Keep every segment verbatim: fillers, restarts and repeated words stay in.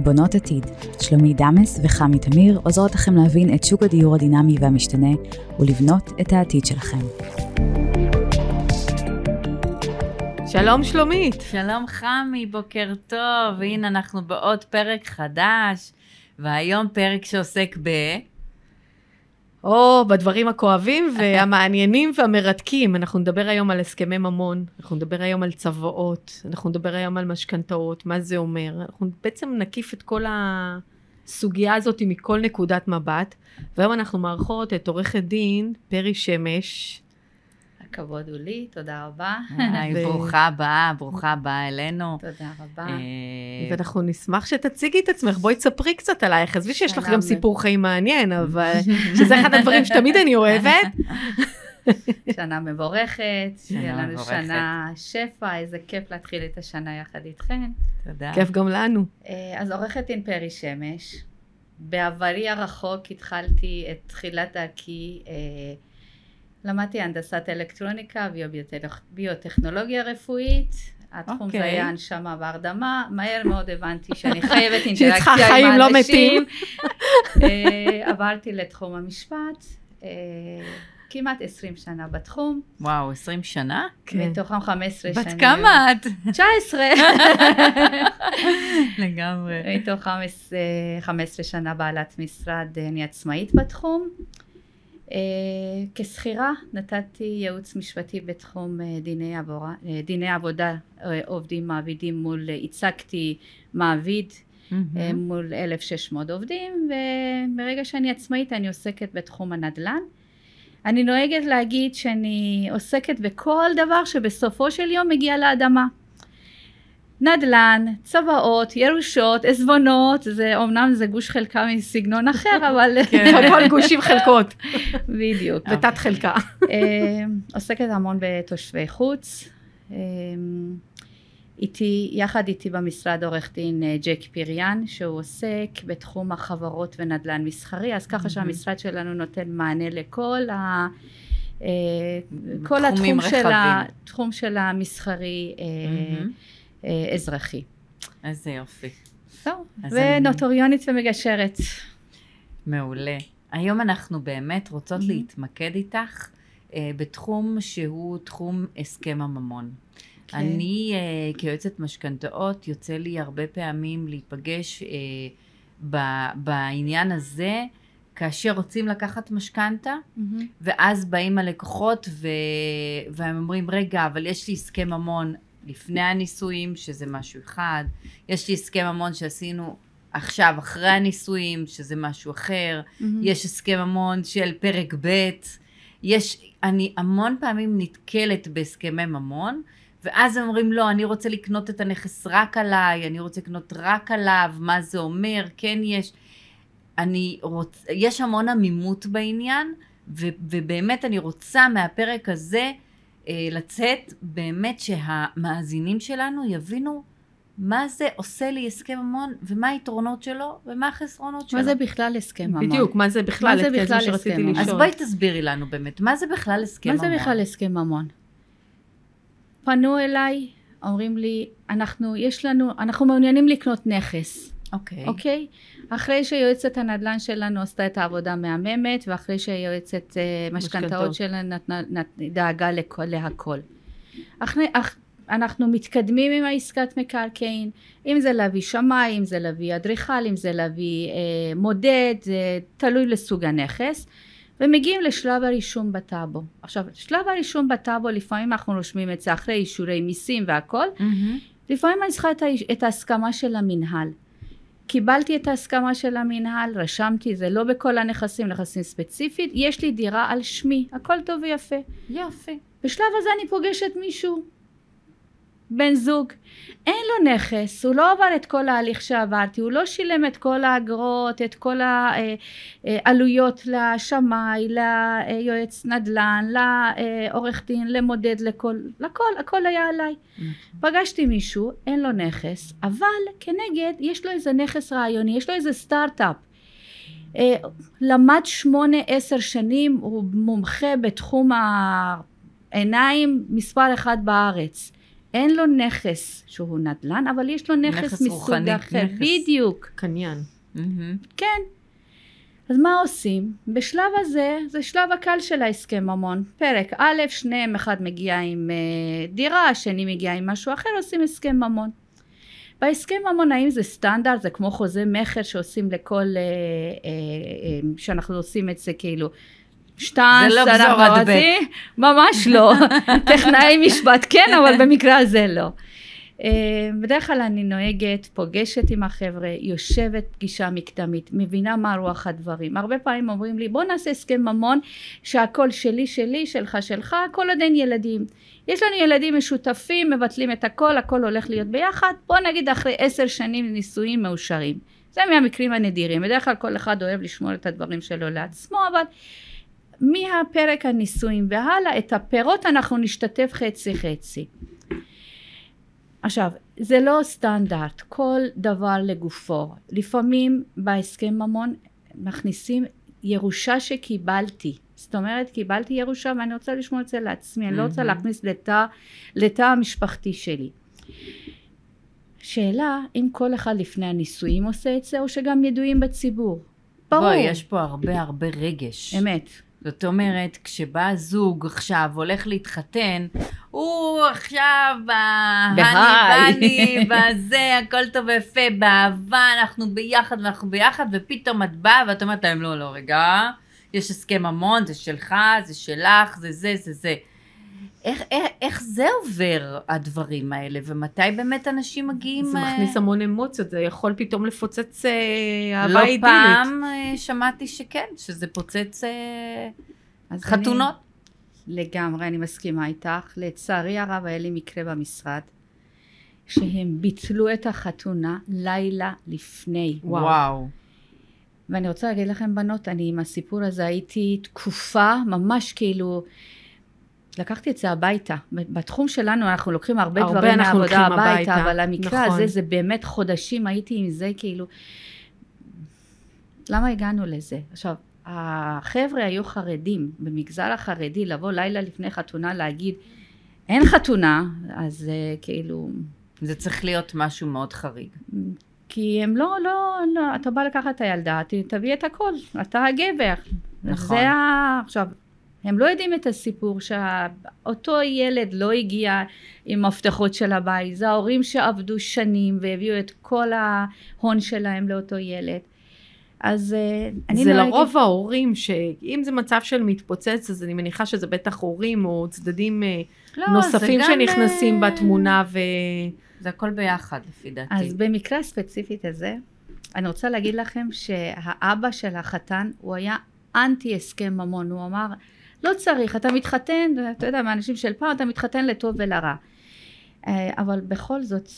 בונות עתיד. שלומי דמס וחמי תמיר עוזרות לכם להבין את שוק הדיור הדינמי והמשתנה ולבנות את העתיד שלכם. שלום שלומית. שלום חמי, בוקר טוב. והנה אנחנו בעוד פרק חדש, והיום פרק שעוסק ב... או, בדברים הכואבים והמעניינים והמרתקים. אנחנו נדבר היום על הסכמי ממון, אנחנו נדבר היום על צוואות, אנחנו נדבר היום על משכנתאות, מה זה אומר. אנחנו בעצם נקיף את כל הסוגיה הזאת מכל נקודת מבט, והיום אנחנו מערכות את עורכת דין פרי שמש. הכבוד הוא לי, תודה רבה. ברוכה הבאה, ברוכה הבאה אלינו. תודה רבה. ואנחנו נשמח שתציגי את עצמך, בואי תספרי קצת עלייך, עזבי שיש לך גם סיפור חיים מעניין, אבל שזה אחד הדברים שתמיד אני אוהבת. שנה מבורכת, שיהיה לנו שנה שפע, איזה כיף להתחיל את השנה יחד איתכן. תודה. כיף גם לנו. אז עורכת דין פרי שמש, בעברי הרחוק התחלתי את תחילת דרכי, למדתי הנדסת אלקטרוניקה וביוטכנולוגיה רפואית, התחום זה היה הנשמה בהרדמה, מהר מאוד הבנתי שאני חייבת אינטראקציה עם האנשים, עברתי לתחום המשפט, כמעט עשרים שנה בתחום. וואו, עשרים שנה? מתוכם חמש עשרה שנים. בת כמה את? תשע עשרה. לגמרי. מתוכם חמש עשרה שנה בעלת משרד, אני עצמאית בתחום. Uh, כשכירה נתתי ייעוץ משפטי בתחום uh, דיני, עבורה, uh, דיני עבודה, uh, עובדים מעבידים מול, uh, הצגתי מעביד mm-hmm. uh, מול אלף ושש מאות עובדים, וברגע שאני עצמאית אני עוסקת בתחום הנדל"ן. אני נוהגת להגיד שאני עוסקת בכל דבר שבסופו של יום מגיע לאדמה. נדל"ן, צוואות, ירושות, עזבונות, זה אומנם זה גוש חלקה מסגנון אחר, אבל הכל גושים חלקות. בדיוק. ותת חלקה. עוסקת המון בתושבי חוץ. איתי, יחד איתי במשרד עורך דין ג'ק פיריאן, שהוא עוסק בתחום החברות ונדל"ן מסחרי, אז ככה שהמשרד שלנו נותן מענה לכל ה... כל התחום של התחום של המסחרי אזרחי. אז זה יופי. טוב, ונוטוריונית ומגשרת. מעולה. היום אנחנו באמת רוצות להתמקד איתך בתחום שהוא תחום הסכם הממון. אני כיועצת משכנתאות יוצא לי הרבה פעמים להיפגש בעניין הזה, כאשר רוצים לקחת משכנתה, ואז באים הלקוחות והם אומרים, רגע, אבל יש לי הסכם ממון לפני הניסויים, שזה משהו אחד, יש לי הסכם ממון שעשינו עכשיו אחרי הניסויים, שזה משהו אחר, mm-hmm. יש הסכם ממון של פרק ב', יש, אני המון פעמים נתקלת בהסכמי ממון, ואז הם אומרים, לא, אני רוצה לקנות את הנכס רק עליי, אני רוצה לקנות רק עליו, מה זה אומר, כן יש, אני רוצ, יש המון עמימות בעניין, ו, ובאמת אני רוצה מהפרק הזה, לצאת באמת שהמאזינים שלנו יבינו מה זה עושה לי הסכם ממון ומה היתרונות שלו ומה החסרונות שלו. מה זה בכלל הסכם ממון? בדיוק, מה זה בכלל, מה זה בכלל הסכם ממון? אז בואי תסבירי לנו באמת, מה זה בכלל הסכם ממון? מה זה בכלל הסכם ממון? פנו אליי, אומרים לי, אנחנו, יש לנו, אנחנו מעוניינים לקנות נכס. אוקיי. אוקיי? אחרי שיועצת הנדל"ן שלנו עשתה את העבודה מהממת, ואחרי שיועצת משכנתאות שלנו דאגה להכל. אחרי, אח, אנחנו מתקדמים עם העסקת מקרקעין, אם זה להביא שמאי, אם זה להביא אדריכל, אם זה להביא אה, מודד, זה תלוי לסוג הנכס, ומגיעים לשלב הרישום בטאבו. עכשיו, שלב הרישום בטאבו, לפעמים אנחנו רושמים את זה אחרי אישורי מיסים והכל, mm-hmm. לפעמים אני צריכה את, את ההסכמה של המנהל. קיבלתי את ההסכמה של המנהל, רשמתי, זה לא בכל הנכסים, נכסים ספציפית, יש לי דירה על שמי, הכל טוב ויפה. יופי. בשלב הזה אני פוגשת מישהו, בן זוג, אין לו נכס, הוא לא עבר את כל ההליך שעברתי, הוא לא שילם את כל האגרות, את כל העלויות לשמאי, ליועץ נדל"ן, לעורך דין, למודד, לכל, לכל, הכל היה עליי. פגשתי מישהו, אין לו נכס, אבל כנגד יש לו איזה נכס רעיוני, יש לו איזה סטארט-אפ. למד שמונה עשר שנים, הוא מומחה בתחום העיניים מספר אחד בארץ. אין לו נכס שהוא נדל"ן, אבל יש לו נכס, נכס מסוג רוחני, אחר. נכס. בדיוק. קניין. Mm-hmm. כן. אז מה עושים? בשלב הזה, זה שלב הקל של ההסכם ממון. פרק א', שניהם, אחד מגיע עם uh, דירה, השני מגיע עם משהו אחר, עושים הסכם ממון. בהסכם ממון, האם זה סטנדרט? זה כמו חוזה מכר שעושים לכל, uh, uh, uh, שאנחנו עושים את זה כאילו, שטנס, זה לא גזור הדבק. ממש לא. טכנאי משפט כן, אבל במקרה הזה לא. בדרך כלל אני נוהגת, פוגשת עם החבר'ה, יושבת פגישה מקדמית, מבינה מה רוח הדברים. הרבה פעמים אומרים לי, בוא נעשה הסכם ממון, שהכל שלי שלי, שלך שלך, כל עוד אין ילדים. יש לנו ילדים משותפים, מבטלים את הכל, הכל הולך להיות ביחד, בוא נגיד אחרי עשר שנים נישואים מאושרים. זה מהמקרים הנדירים, בדרך כלל כל אחד אוהב לשמור את הדברים שלו לעצמו, אבל מהפרק הנישואים והלאה, את הפירות אנחנו נשתתף חצי חצי. עכשיו, זה לא סטנדרט, כל דבר לגופו. לפעמים בהסכם ממון מכניסים ירושה שקיבלתי. זאת אומרת, קיבלתי ירושה ואני רוצה לשמור את זה לעצמי, אני לא רוצה להכניס לתא, לתא המשפחתי שלי. שאלה, אם כל אחד לפני הנישואים עושה את זה, או שגם ידועים בציבור. ברור. בואי, יש פה הרבה הרבה רגש. אמת. זאת אומרת, כשבא זוג עכשיו הולך להתחתן, הוא עכשיו בהני בני, בזה, הכל טוב ויפה, באהבה, אנחנו ביחד ואנחנו ביחד, ופתאום את באה ואת אומרת להם, לא, לא, רגע, יש הסכם ממון, זה שלך, זה שלך, זה זה, זה זה. איך, איך, איך זה עובר הדברים האלה, ומתי באמת אנשים מגיעים... זה מכניס המון אמוציות, זה יכול פתאום לפוצץ אהבה אידילית. לא פעם שמעתי שכן, שזה פוצץ חתונות. אני, לגמרי, אני מסכימה איתך. לצערי הרב היה לי מקרה במשרד, שהם ביטלו את החתונה לילה לפני. וואו. וואו. ואני רוצה להגיד לכם בנות, אני עם הסיפור הזה הייתי תקופה, ממש כאילו... לקחתי את זה הביתה. בתחום שלנו אנחנו לוקחים הרבה, הרבה דברים מהעבודה הביתה, הביתה, אבל המקרה נכון. הזה זה באמת חודשים הייתי עם זה כאילו, למה הגענו לזה? עכשיו, החבר'ה היו חרדים, במגזר החרדי לבוא לילה לפני חתונה להגיד, אין חתונה, אז uh, כאילו... זה צריך להיות משהו מאוד חריג. כי הם לא, לא, לא, אתה בא לקחת את הילדה, תביא את הכל, אתה הגבר. נכון. זה ה... עכשיו, הם לא יודעים את הסיפור שאותו ילד לא הגיע עם מפתחות של הבית, זה ההורים שעבדו שנים והביאו את כל ההון שלהם לאותו ילד. אז אני זה לא לרוב אגיד... ההורים, שאם זה מצב של מתפוצץ, אז אני מניחה שזה בטח הורים או צדדים לא, נוספים שנכנסים גם... בתמונה ו... זה הכל ביחד לפי דעתי. אז במקרה הספציפית הזה, אני רוצה להגיד לכם שהאבא של החתן, הוא היה אנטי הסכם ממון, הוא אמר, לא צריך, אתה מתחתן, אתה יודע, מהאנשים של פעם, אתה מתחתן לטוב ולרע. אבל בכל זאת,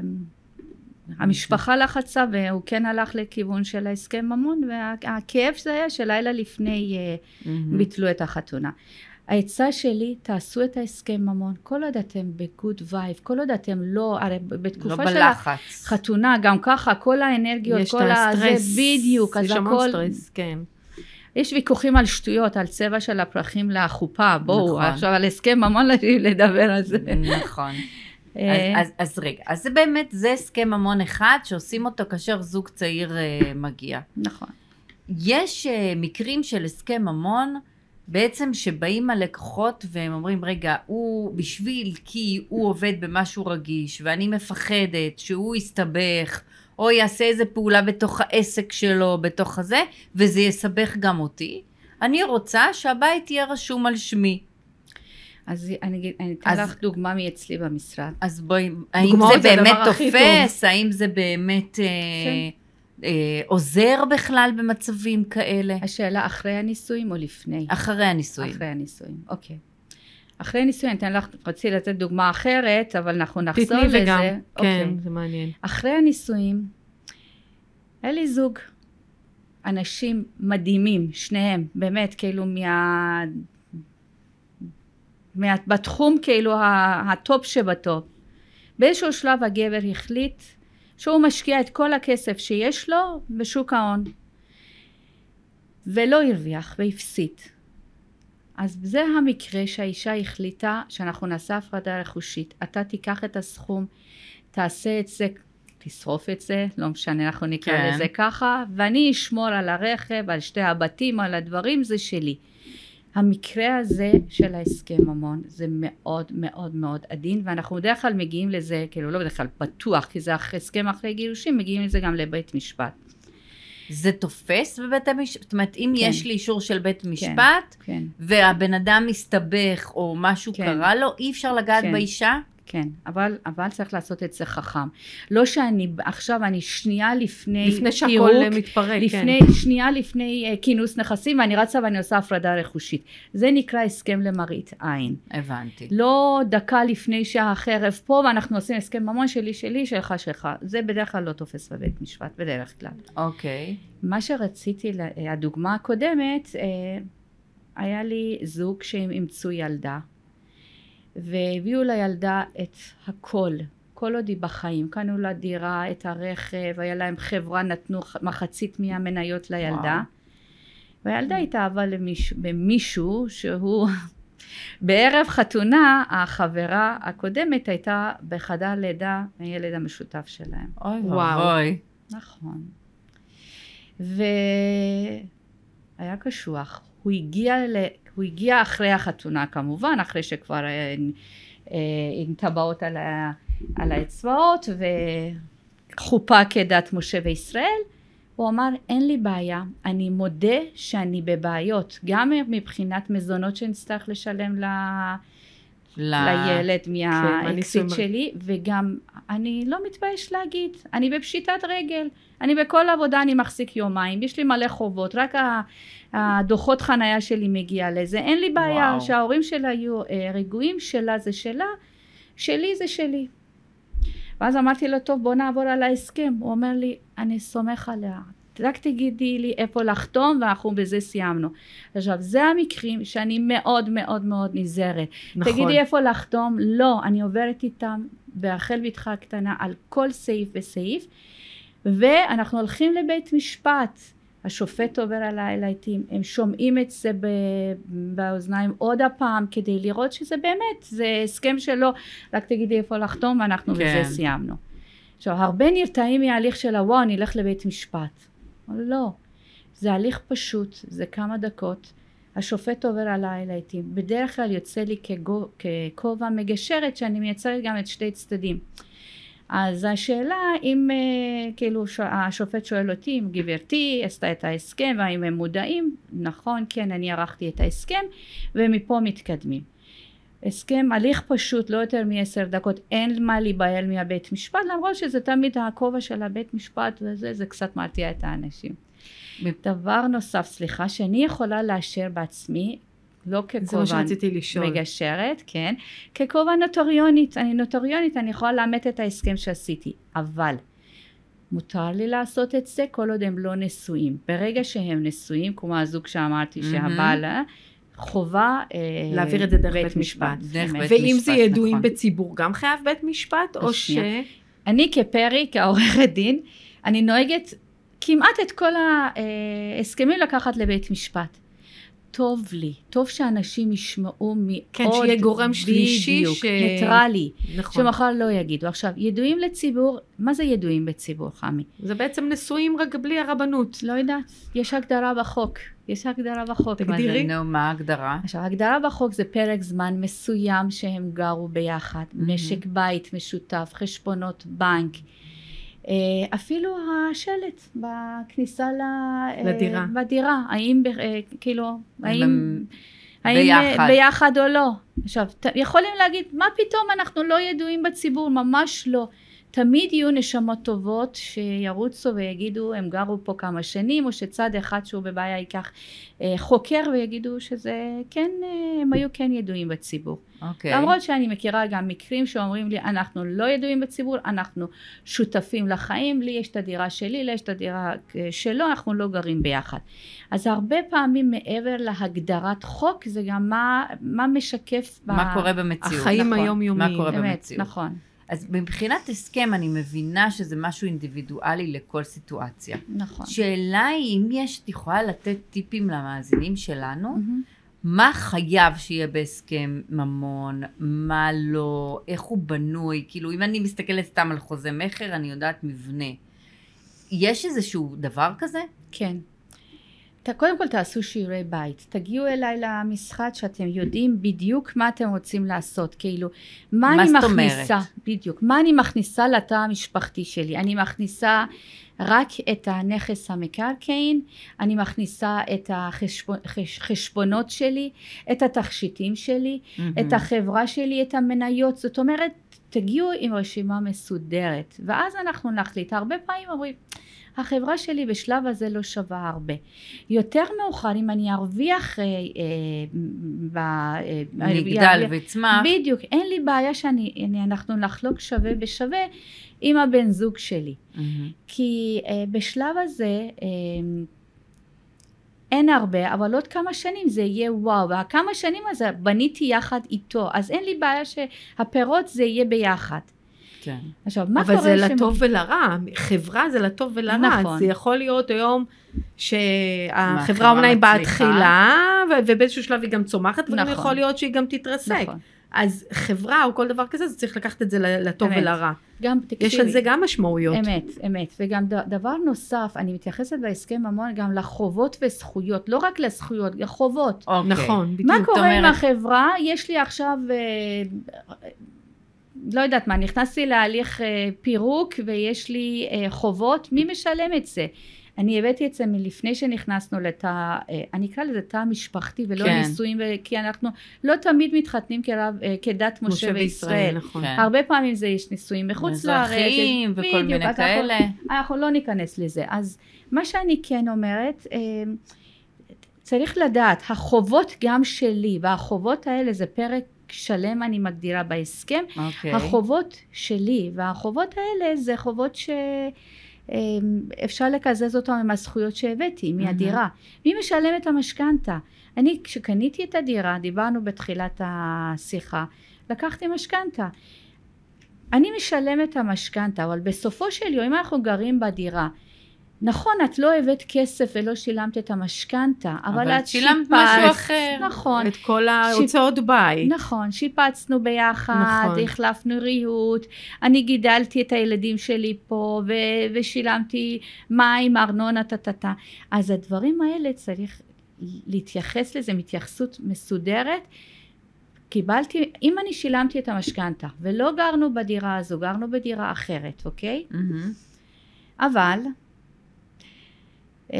המשפחה לחצה, והוא כן הלך לכיוון של ההסכם ממון, והכאב זה היה שלילה לפני ביטלו את החתונה. העצה שלי, תעשו את ההסכם ממון, כל עוד אתם בגוד וייב, כל עוד אתם לא, הרי בתקופה לא של החתונה, גם ככה, כל האנרגיות, כל הזה, בדיוק, אז הכל... סטרס, כן. יש ויכוחים על שטויות, על צבע של הפרחים לחופה, בואו, נכון. עכשיו על הסכם ממון לדבר על זה. נכון. אז, אז, אז רגע, אז זה באמת, זה הסכם ממון אחד שעושים אותו כאשר זוג צעיר uh, מגיע. נכון. יש uh, מקרים של הסכם ממון, בעצם שבאים הלקוחות והם אומרים, רגע, הוא בשביל כי הוא עובד במשהו רגיש, ואני מפחדת שהוא יסתבך, או יעשה איזה פעולה בתוך העסק שלו, בתוך הזה, וזה יסבך גם אותי. אני רוצה שהבית יהיה רשום על שמי. אז אני, אני אתן לך דוגמה מאצלי במשרד. אז בואי, האם זה באמת תופס? האם זה באמת אה, אה, עוזר בכלל במצבים כאלה? השאלה אחרי הנישואים או לפני? אחרי הנישואים. אחרי הנישואים, אוקיי. אחרי הנישואים, אני אתן לך, רציתי לתת דוגמה אחרת, אבל אנחנו נחזור לזה. תתני וגם, כן, זה מעניין. אחרי הנישואים, היה לי זוג, אנשים מדהימים, שניהם, באמת, כאילו מה... מה... בתחום כאילו הטופ שבטופ. באיזשהו שלב הגבר החליט שהוא משקיע את כל הכסף שיש לו בשוק ההון, ולא הרוויח והפסיד. אז זה המקרה שהאישה החליטה שאנחנו נעשה הפרדה רכושית. אתה תיקח את הסכום, תעשה את זה, תשרוף את זה, לא משנה, אנחנו נקרא כן. לזה ככה, ואני אשמור על הרכב, על שתי הבתים, על הדברים, זה שלי. המקרה הזה של ההסכם ממון זה מאוד מאוד מאוד עדין, ואנחנו בדרך כלל מגיעים לזה, כאילו לא בדרך כלל בטוח, כי זה הסכם אחרי גירושים, מגיעים לזה גם לבית משפט. זה תופס בבית המשפט? זאת אומרת, אם כן. יש לי אישור של בית משפט, כן, כן. והבן אדם מסתבך או משהו כן. קרה לו, אי אפשר לגעת כן. באישה? כן, אבל, אבל צריך לעשות את זה חכם. לא שאני, עכשיו אני שנייה לפני לפני שהכל מתפרק, לפני, כן. שנייה לפני uh, כינוס נכסים, ואני רצה ואני עושה הפרדה רכושית. זה נקרא הסכם למראית עין. הבנתי. לא דקה לפני שהחרב פה, ואנחנו עושים הסכם ממון שלי שלי, שלך שלך. זה בדרך כלל לא תופס בבית משפט, בדרך כלל. אוקיי. מה שרציתי, הדוגמה הקודמת, uh, היה לי זוג שהם אימצו ילדה, והביאו לילדה את הכל, כל עוד היא בחיים, קנו לה דירה, את הרכב, היה להם חברה, נתנו מחצית מהמניות לילדה, וואו. והילדה התאהבה למישהו, במישהו שהוא, בערב חתונה, החברה הקודמת הייתה בחדר לידה, הילד המשותף שלהם. אוי וואוי. נכון. והיה קשוח, הוא הגיע ל... הוא הגיע אחרי החתונה כמובן, אחרי שכבר עם טבעות על, על האצבעות וחופה כדת משה וישראל. הוא אמר, אין לי בעיה, אני מודה שאני בבעיות, גם מבחינת מזונות שנצטרך לשלם ל... ל... לילד מהאקסיט כן, שלי, וגם אני לא מתבייש להגיד, אני בפשיטת רגל, אני בכל עבודה אני מחזיק יומיים, יש לי מלא חובות, רק הדוחות חנייה שלי מגיע לזה, אין לי בעיה וואו. שההורים שלה יהיו רגועים, שלה זה שלה, שלי זה שלי. ואז אמרתי לו, טוב בוא נעבור על ההסכם, הוא אומר לי, אני סומך עליה, רק תגידי לי איפה לחתום ואנחנו בזה סיימנו. עכשיו זה המקרים שאני מאוד מאוד מאוד נזהרת. נכון. תגידי איפה לחתום, לא, אני עוברת איתם ברחל בתך הקטנה על כל סעיף וסעיף, ואנחנו הולכים לבית משפט, השופט עובר עליי לעתים, הם שומעים את זה באוזניים עוד הפעם כדי לראות שזה באמת, זה הסכם שלו, רק תגידי איפה לחתום ואנחנו כן. בזה סיימנו. עכשיו הרבה נרתעים מההליך של וואו אני אלך לבית משפט. לא, זה הליך פשוט, זה כמה דקות, השופט עובר עליי לעתים, בדרך כלל יוצא לי ככובע מגשרת שאני מייצרת גם את שתי צדדים. אז השאלה אם כאילו השופט שואל אותי אם גברתי עשתה את ההסכם והאם הם מודעים, נכון כן אני ערכתי את ההסכם ומפה מתקדמים. הסכם, הליך פשוט, לא יותר מעשר דקות, אין מה להיבהל מהבית משפט, למרות שזה תמיד הכובע של הבית משפט וזה, זה קצת מרתיע את האנשים. דבר נוסף, סליחה, שאני יכולה לאשר בעצמי, לא ככובע מגשרת, כן, ככובע נוטריונית, אני נוטריונית, אני יכולה לאמת את ההסכם שעשיתי, אבל מותר לי לעשות את זה כל עוד הם לא נשואים. ברגע שהם נשואים, כמו הזוג שאמרתי שהבעל, חובה להעביר את זה דרך בית משפט. ואם זה ידועים בציבור, גם חייב בית משפט או ש... אני כפרי, כעורכת דין, אני נוהגת כמעט את כל ההסכמים לקחת לבית משפט. טוב לי, טוב שאנשים ישמעו מאוד, כן, שיהיה גורם שלישי, ש... ניטרלי, נכון. שמחר לא יגידו. עכשיו, ידועים לציבור, מה זה ידועים בציבור, חמי? זה בעצם נשואים רק בלי הרבנות. לא יודעת, יש הגדרה בחוק, יש הגדרה בחוק. תגדירי. נו, מה ההגדרה? עכשיו, ההגדרה בחוק זה פרק זמן מסוים שהם גרו ביחד, mm-hmm. משק בית משותף, חשבונות בנק, אפילו השלט בכניסה לדירה, בדירה, האם כאילו, האם ביחד. ביחד או לא. עכשיו, יכולים להגיד, מה פתאום אנחנו לא ידועים בציבור, ממש לא. תמיד יהיו נשמות טובות שירוצו ויגידו, הם גרו פה כמה שנים, או שצד אחד שהוא בבעיה ייקח חוקר ויגידו שזה כן, הם היו כן ידועים בציבור. Okay. למרות שאני מכירה גם מקרים שאומרים לי, אנחנו לא ידועים בציבור, אנחנו שותפים לחיים, לי יש את הדירה שלי, לי יש את הדירה שלו, אנחנו לא גרים ביחד. אז הרבה פעמים מעבר להגדרת חוק, זה גם מה, מה משקף מה ב... קורה במציאות. החיים נכון. היומיומיים. מה קורה באמת, במציאות. נכון. אז מבחינת הסכם אני מבינה שזה משהו אינדיבידואלי לכל סיטואציה. נכון. שאלה היא אם יש, את יכולה לתת טיפים למאזינים שלנו, mm-hmm. מה חייב שיהיה בהסכם ממון, מה לא, איך הוא בנוי, כאילו אם אני מסתכלת סתם על חוזה מחר, אני יודעת מבנה. יש איזשהו דבר כזה? כן. קודם כל תעשו שיעורי בית, תגיעו אליי למשחק שאתם יודעים בדיוק מה אתם רוצים לעשות, כאילו מה, מה אני מכניסה, אומרת? בדיוק, מה אני מכניסה לתא המשפחתי שלי, אני מכניסה רק את הנכס המקרקעין, אני מכניסה את החשבונות שלי, את התכשיטים שלי, mm-hmm. את החברה שלי, את המניות, זאת אומרת תגיעו עם רשימה מסודרת, ואז אנחנו נחליט, הרבה פעמים אומרים, החברה שלי בשלב הזה לא שווה הרבה. יותר מאוחר, אם אני ארוויח, אה, אה, נגדל וצמח. בדיוק, אין לי בעיה שאנחנו נחלוק שווה בשווה עם הבן זוג שלי. Mm-hmm. כי אה, בשלב הזה, אה, אין הרבה, אבל עוד כמה שנים זה יהיה וואו, והכמה שנים הזה בניתי יחד איתו, אז אין לי בעיה שהפירות זה יהיה ביחד. כן. עכשיו, מה אבל זה שמ... לטוב ולרע, חברה זה לטוב ולרע, נכון. זה יכול להיות היום שהחברה אומנם בהתחילה, ובאיזשהו שלב היא גם צומחת, וגם נכון. יכול להיות שהיא גם תתרסק. נכון. אז חברה או כל דבר כזה, זה צריך לקחת את זה לטוב אמת. ולרע. גם, תקשיבי, יש על זה גם משמעויות. אמת, אמת. וגם דבר נוסף, אני מתייחסת בהסכם ממון גם לחובות וזכויות, לא רק לזכויות, לחובות. אוקיי. נכון, בדיוק. מה קורה עם החברה? יש לי עכשיו... לא יודעת מה, נכנסתי להליך אה, פירוק ויש לי אה, חובות, מי משלם את זה? אני הבאתי את זה מלפני שנכנסנו לתא, אה, אני אקרא לזה תא משפחתי ולא כן. נישואים, כי אנחנו לא תמיד מתחתנים כרב, אה, כדת משה, משה וישראל. נכון. כן. הרבה פעמים זה יש נישואים מחוץ לארץ. אזרחיים וכל בדיוק, מיני כאלה. אנחנו, אנחנו לא ניכנס לזה. אז מה שאני כן אומרת, אה, צריך לדעת, החובות גם שלי, והחובות האלה זה פרק, שלם אני מגדירה בהסכם, okay. החובות שלי, והחובות האלה זה חובות שאפשר לקזז אותם עם הזכויות שהבאתי, מהדירה. Mm-hmm. מי משלם את המשכנתה? אני, כשקניתי את הדירה, דיברנו בתחילת השיחה, לקחתי משכנתה. אני משלמת את המשכנתה, אבל בסופו של יום, אם אנחנו גרים בדירה, נכון, את לא הבאת כסף ולא שילמת את המשכנתה, אבל, אבל את שילמת משהו אחר. נכון. את כל ההוצאות שיפ... בית. נכון, שיפצנו ביחד, נכון. החלפנו ריהוט, אני גידלתי את הילדים שלי פה, ו... ושילמתי מים, ארנונה, טטטה. אז הדברים האלה צריך להתייחס לזה, מתייחסות מסודרת. קיבלתי, אם אני שילמתי את המשכנתה, ולא גרנו בדירה הזו, גרנו בדירה אחרת, אוקיי? Mm-hmm. אבל... Uh,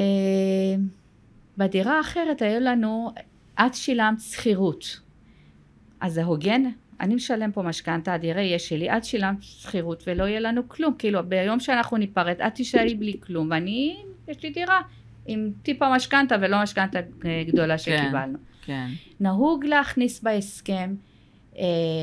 בדירה האחרת היו לנו, את שילמת שכירות, אז זה הוגן, אני משלם פה משכנתה, הדירה יש שלי, את שילמת שכירות ולא יהיה לנו כלום, כאילו ביום שאנחנו ניפרד, את תישארי בלי כלום, ואני, יש לי דירה עם טיפה משכנתה ולא משכנתה גדולה שקיבלנו. כן, כן. נהוג להכניס בהסכם, uh,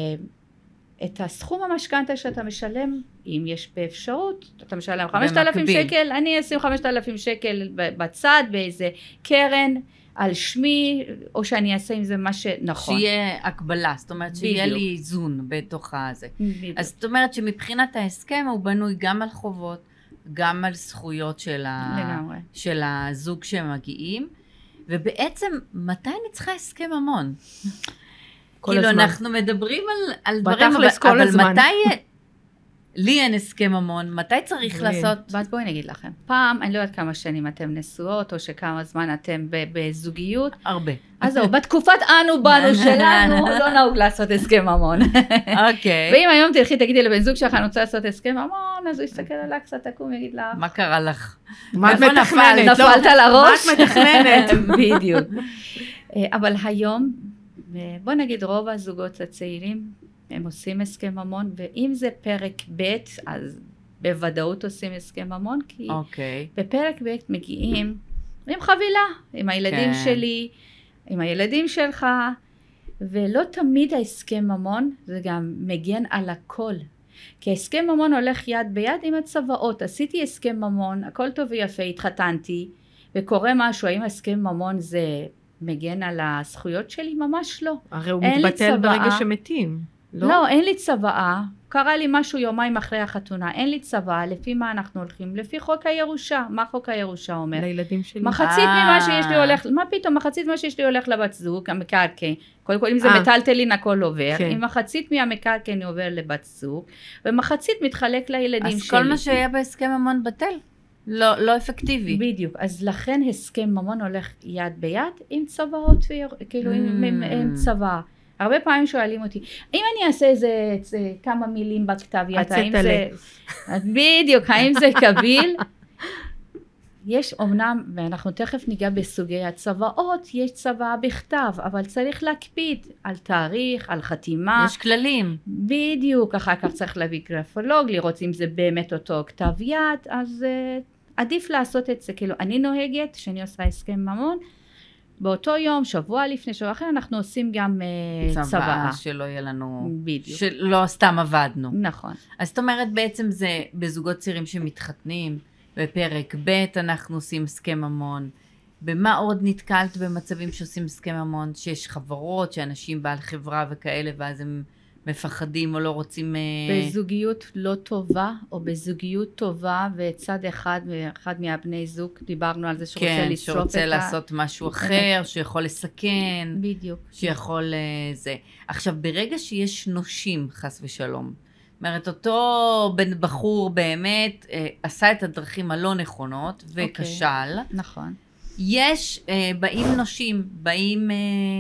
את הסכום המשכנתה שאתה משלם, אם יש באפשרות, אתה משלם חמשת אלפים שקל, אני אשים חמשת אלפים שקל בצד, באיזה קרן, על שמי, או שאני אעשה עם זה מה שנכון. שיהיה הקבלה, זאת אומרת שיהיה לי איזון בתוך הזה. אז זאת אומרת שמבחינת ההסכם הוא בנוי גם על חובות, גם על זכויות של, ה... של הזוג שמגיעים, ובעצם מתי אני צריכה הסכם ממון? כאילו הזמן. אנחנו מדברים על, על דברים, אבל, אבל מתי, לי אין הסכם ממון, מתי צריך לעשות? ואז בואי נגיד לכם, פעם, אני לא יודעת כמה שנים אתם נשואות, או שכמה זמן אתם בזוגיות. הרבה. אז זהו, בתקופת אנו בנו שלנו, לא נהוג לעשות הסכם ממון. אוקיי. ואם היום תלכי, תגידי לבן זוג שלך, אני רוצה לעשות הסכם ממון, אז הוא יסתכל עליה קצת, תקום, יגיד לך. מה קרה לך? מה את מתכננת? נפלת על הראש? מה את מתכננת? בדיוק. אבל היום, בוא נגיד רוב הזוגות הצעירים הם עושים הסכם ממון, ואם זה פרק ב' אז בוודאות עושים הסכם ממון, כי okay. בפרק ב' מגיעים עם חבילה, עם הילדים כן. שלי, עם הילדים שלך, ולא תמיד ההסכם ממון, זה גם מגן על הכל. כי הסכם ממון הולך יד ביד עם הצוואות, עשיתי הסכם ממון, הכל טוב ויפה, התחתנתי, וקורה משהו, האם הסכם ממון זה... מגן על הזכויות שלי? ממש לא. הרי הוא מתבטל ברגע שמתים. לא? לא, אין לי צוואה, קרה לי משהו יומיים אחרי החתונה, אין לי צוואה, לפי מה אנחנו הולכים? לפי חוק הירושה, מה חוק הירושה אומר? לילדים שלי. מחצית ממה שיש לי הולך, מה פתאום, מחצית ממה שיש לי הולך לבת זוג, המקרקעין, קודם כל אם זה מטלטלין הכל עובר, כן. אם מחצית מהמקרקעין עובר לבת זוג, ומחצית מתחלק לילדים אז שלי. כל מה שהיה בהסכם ממון בטל, לא, לא אפקטיבי. בדיוק, אז לכן הסכם ממון הולך יד ביד עם צוואות, כאילו עם, עם, עם צוואה. הרבה פעמים שואלים אותי, אם אני אעשה איזה כמה מילים בכתב יד, האם זה... בדיוק, האם זה קביל? יש אומנם, ואנחנו תכף ניגע בסוגי הצוואות, יש צוואה בכתב, אבל צריך להקפיד על תאריך, על חתימה. יש כללים. בדיוק, אחר כך צריך להביא גרפולוג, לראות אם זה באמת אותו כתב יד, אז uh, עדיף לעשות את זה. כאילו, אני נוהגת, שאני עושה הסכם ממון, באותו יום, שבוע לפני, שבוע אחרי, אנחנו עושים גם uh, צוואה. צוואה, שלא יהיה לנו... בדיוק. שלא סתם עבדנו. נכון. אז זאת אומרת, בעצם זה בזוגות צעירים שמתחתנים, בפרק ב' אנחנו עושים הסכם ממון. במה עוד נתקלת במצבים שעושים הסכם ממון? שיש חברות, שאנשים בעל חברה וכאלה, ואז הם מפחדים או לא רוצים... בזוגיות לא טובה, או בזוגיות טובה, וצד אחד, אחד מהבני זוג, דיברנו על זה שרוצה כן, לשרוף את ה... כן, שרוצה לעשות משהו אחר, שיכול לסכן. בדיוק. שיכול זה. עכשיו, ברגע שיש נושים, חס ושלום, זאת אומרת, אותו בן בחור באמת אה, עשה את הדרכים הלא נכונות וכשל. Okay. נכון. יש, אה, באים נושים, באים אה,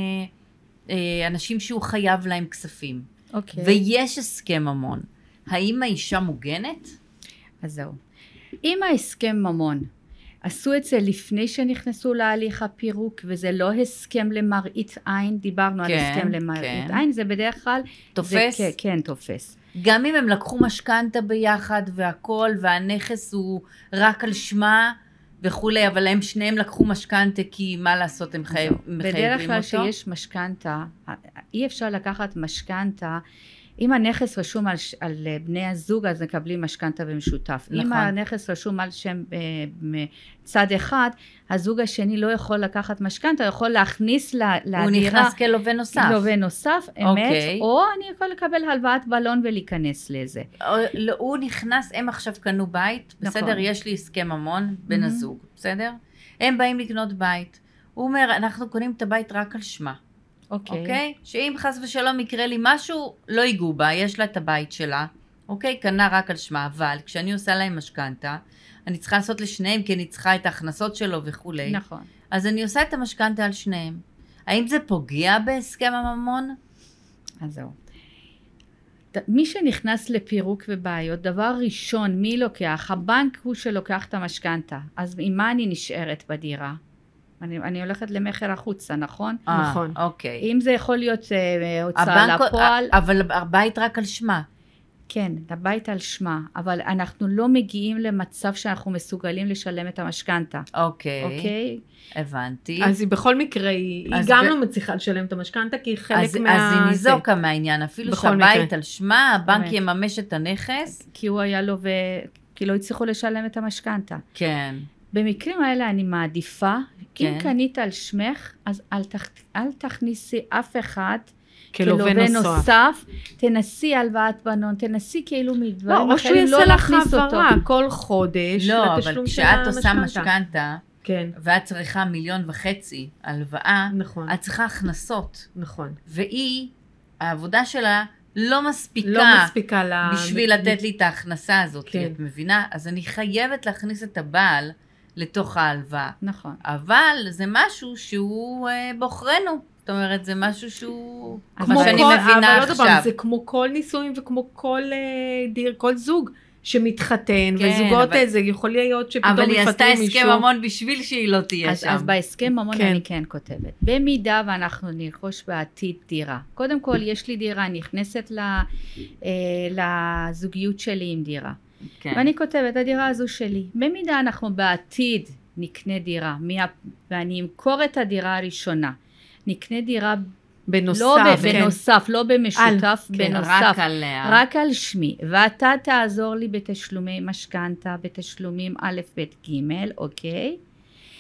אה, אנשים שהוא חייב להם כספים. אוקיי. Okay. ויש הסכם ממון. האם האישה מוגנת? אז זהו. אם ההסכם ממון, עשו את זה לפני שנכנסו להליך הפירוק, וזה לא הסכם למראית עין, דיברנו כן, על הסכם למראית כן. עין, זה בדרך כלל... תופס? זה, כן, תופס. גם אם הם לקחו משכנתה ביחד והכל, והנכס הוא רק על שמה וכולי, אבל הם שניהם לקחו משכנתה, כי מה לעשות, הם חייב, מחייבים אותו? בדרך כלל שיש משכנתה, אי אפשר לקחת משכנתה, אם הנכס רשום על, על בני הזוג, אז מקבלים משכנתה במשותף. נכון. אם הנכס רשום על שם אה, צד אחד, הזוג השני לא יכול לקחת משכנתה, הוא יכול להכניס לדירה. הוא נכנס כלווה נוסף. כלווה נוסף, אמת. אוקיי. או אני יכול לקבל הלוואת בלון ולהיכנס לזה. לא, הוא נכנס, הם עכשיו קנו בית, נכון. בסדר, יש לי הסכם ממון בין mm-hmm. הזוג, בסדר? הם באים לקנות בית. הוא אומר, אנחנו קונים את הבית רק על שמה. אוקיי. Okay. אוקיי? שאם חס ושלום יקרה לי משהו, לא ייגעו בה, יש לה את הבית שלה, אוקיי? קנה רק על שמה, אבל כשאני עושה להם משכנתה, אני צריכה לעשות לשניהם, כי אני צריכה את ההכנסות שלו וכולי. נכון. אז אני עושה את המשכנתה על שניהם. האם זה פוגע בהסכם הממון? אז זהו. מי שנכנס לפירוק ובעיות, דבר ראשון, מי לוקח? הבנק הוא שלוקח את המשכנתה. אז עם מה אני נשארת בדירה? אני, אני הולכת למחר החוצה, נכון? 아, נכון. אוקיי. אם זה יכול להיות uh, הוצאה לפועל. אבל הבית רק על שמה. כן, הבית על שמה, אבל אנחנו לא מגיעים למצב שאנחנו מסוגלים לשלם את המשכנתה. אוקיי. אוקיי? הבנתי. אז היא בכל מקרה, היא גם ב... לא מצליחה לשלם את המשכנתה, כי היא חלק אז, מה... אז היא ניזוקה מהעניין, אפילו שהבית מקרה. על שמה, הבנק באמת. יממש את הנכס. כי הוא היה לו ו... כי לא הצליחו לשלם את המשכנתה. כן. במקרים האלה אני מעדיפה, כן. אם קנית על שמך, אז אל, תכ... אל תכניסי אף אחד כלווה נוסף. נוסף, תנסי הלוואת בנון, תנסי כאילו מדברים לא, אחרים, לא להכניס אותו. או שהוא יעשה לך העברה כל חודש לא, לתשלום אבל של המשכנתה. כשאת עושה משכנתה, כן. ואת צריכה מיליון וחצי הלוואה, נכון. את צריכה הכנסות. נכון. והיא, העבודה שלה לא מספיקה, לא מספיקה לה... בשביל לתת לי את ההכנסה הזאת, כן. את מבינה? אז אני חייבת להכניס את הבעל לתוך ההלוואה. נכון. אבל זה משהו שהוא אה, בוחרנו. זאת אומרת, זה משהו שהוא... כמו מה שאני כל, מבינה אבל עכשיו. דבר, זה כמו כל נישואים וכמו כל uh, דיר, כל זוג שמתחתן, כן, וזוגות אבל... איזה, יכול להיות שפתאום אבל היא עשתה מישהו... הסכם ממון בשביל שהיא לא תהיה אז, שם. אז בהסכם ממון כן. אני כן כותבת. במידה ואנחנו נרכוש בעתיד דירה. קודם כל, יש לי דירה, נכנסת ל, אה, לזוגיות שלי עם דירה. כן. ואני כותבת, הדירה הזו שלי. במידה אנחנו בעתיד נקנה דירה, מה, ואני אמכור את הדירה הראשונה. נקנה דירה בנוסף, לא ב, כן. בנוסף, לא במשותף, על, בנוסף, כן, רק עליה. רק על שמי, ואתה תעזור לי בתשלומי משכנתה, בתשלומים א' ב' ג', אוקיי?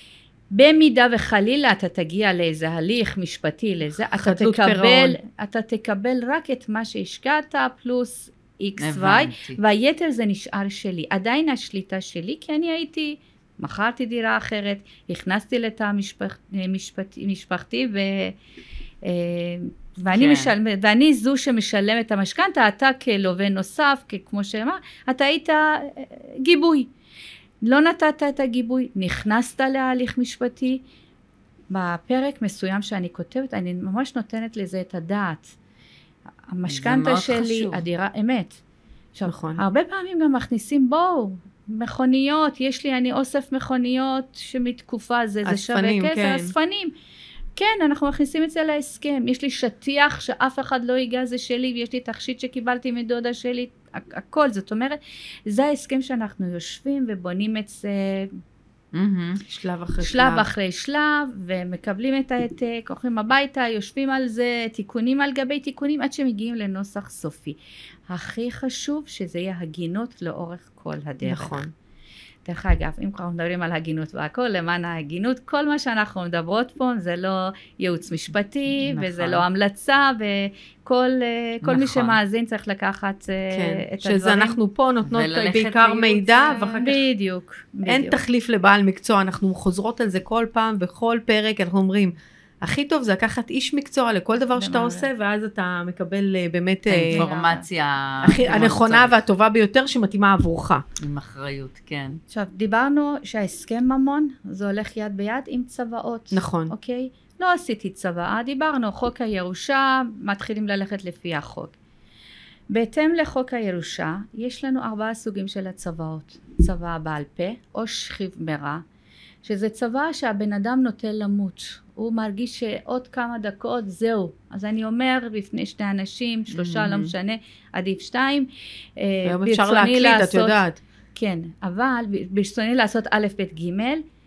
במידה וחלילה אתה תגיע לאיזה הליך משפטי לזה, אתה תקבל, אתה תקבל רק את מה שהשקעת פלוס איקס וואי, והיתר זה נשאר שלי. עדיין השליטה שלי, כי אני הייתי, מכרתי דירה אחרת, הכנסתי לתא המשפח, משפט, משפחתי ו... ואני, כן. משל... ואני זו שמשלמת את המשכנתא, אתה כלווה נוסף, כמו שאמר, אתה היית גיבוי. לא נתת את הגיבוי, נכנסת להליך משפטי, בפרק מסוים שאני כותבת, אני ממש נותנת לזה את הדעת. המשכנתא שלי, חשוב. הדירה, אמת. עכשיו, נכון. הרבה פעמים גם מכניסים, בואו, מכוניות, יש לי, אני אוסף מכוניות שמתקופה זה, זה שווה כסף, כן. אספנים. כן, אנחנו מכניסים את זה להסכם. יש לי שטיח שאף אחד לא ייגע, זה שלי, ויש לי תכשיט שקיבלתי מדודה שלי, הכל. זאת אומרת, זה ההסכם שאנחנו יושבים ובונים את זה שלב אחרי שלב. שלב אחרי שלב, ומקבלים את העתק, הולכים הביתה, יושבים על זה, תיקונים על גבי תיקונים, עד שמגיעים לנוסח סופי. הכי חשוב שזה יהיה הגינות לאורך כל הדרך. נכון. דרך אגב, אם כבר מדברים על הגינות והכל, למען ההגינות, כל מה שאנחנו מדברות פה זה לא ייעוץ משפטי, נכון. וזה לא המלצה, וכל נכון. מי שמאזין צריך לקחת כן. את שזה הדברים. שזה אנחנו פה נותנות בעיקר מידע, ואחר כך בדיוק, אין בדיוק. תחליף לבעל מקצוע, אנחנו חוזרות על זה כל פעם, בכל פרק אנחנו אומרים, הכי טוב זה לקחת איש מקצוע לכל דבר שאתה עושה, ואז אתה מקבל באמת האינפורמציה הנכונה והטובה ביותר שמתאימה עבורך. עם אחריות, כן. עכשיו, דיברנו שההסכם ממון, זה הולך יד ביד עם צוואות. נכון. אוקיי? לא עשיתי צוואה, דיברנו, חוק הירושה, מתחילים ללכת לפי החוק. בהתאם לחוק הירושה, יש לנו ארבעה סוגים של הצוואות. צוואה בעל פה, או שכיב מרע, שזה צוואה שהבן אדם נוטה למות. הוא מרגיש שעוד כמה דקות זהו. אז אני אומר בפני שני אנשים, שלושה, לא משנה, עדיף שתיים. היום אפשר להקליט, את יודעת. כן, אבל ברצוני לעשות א' ב' ג',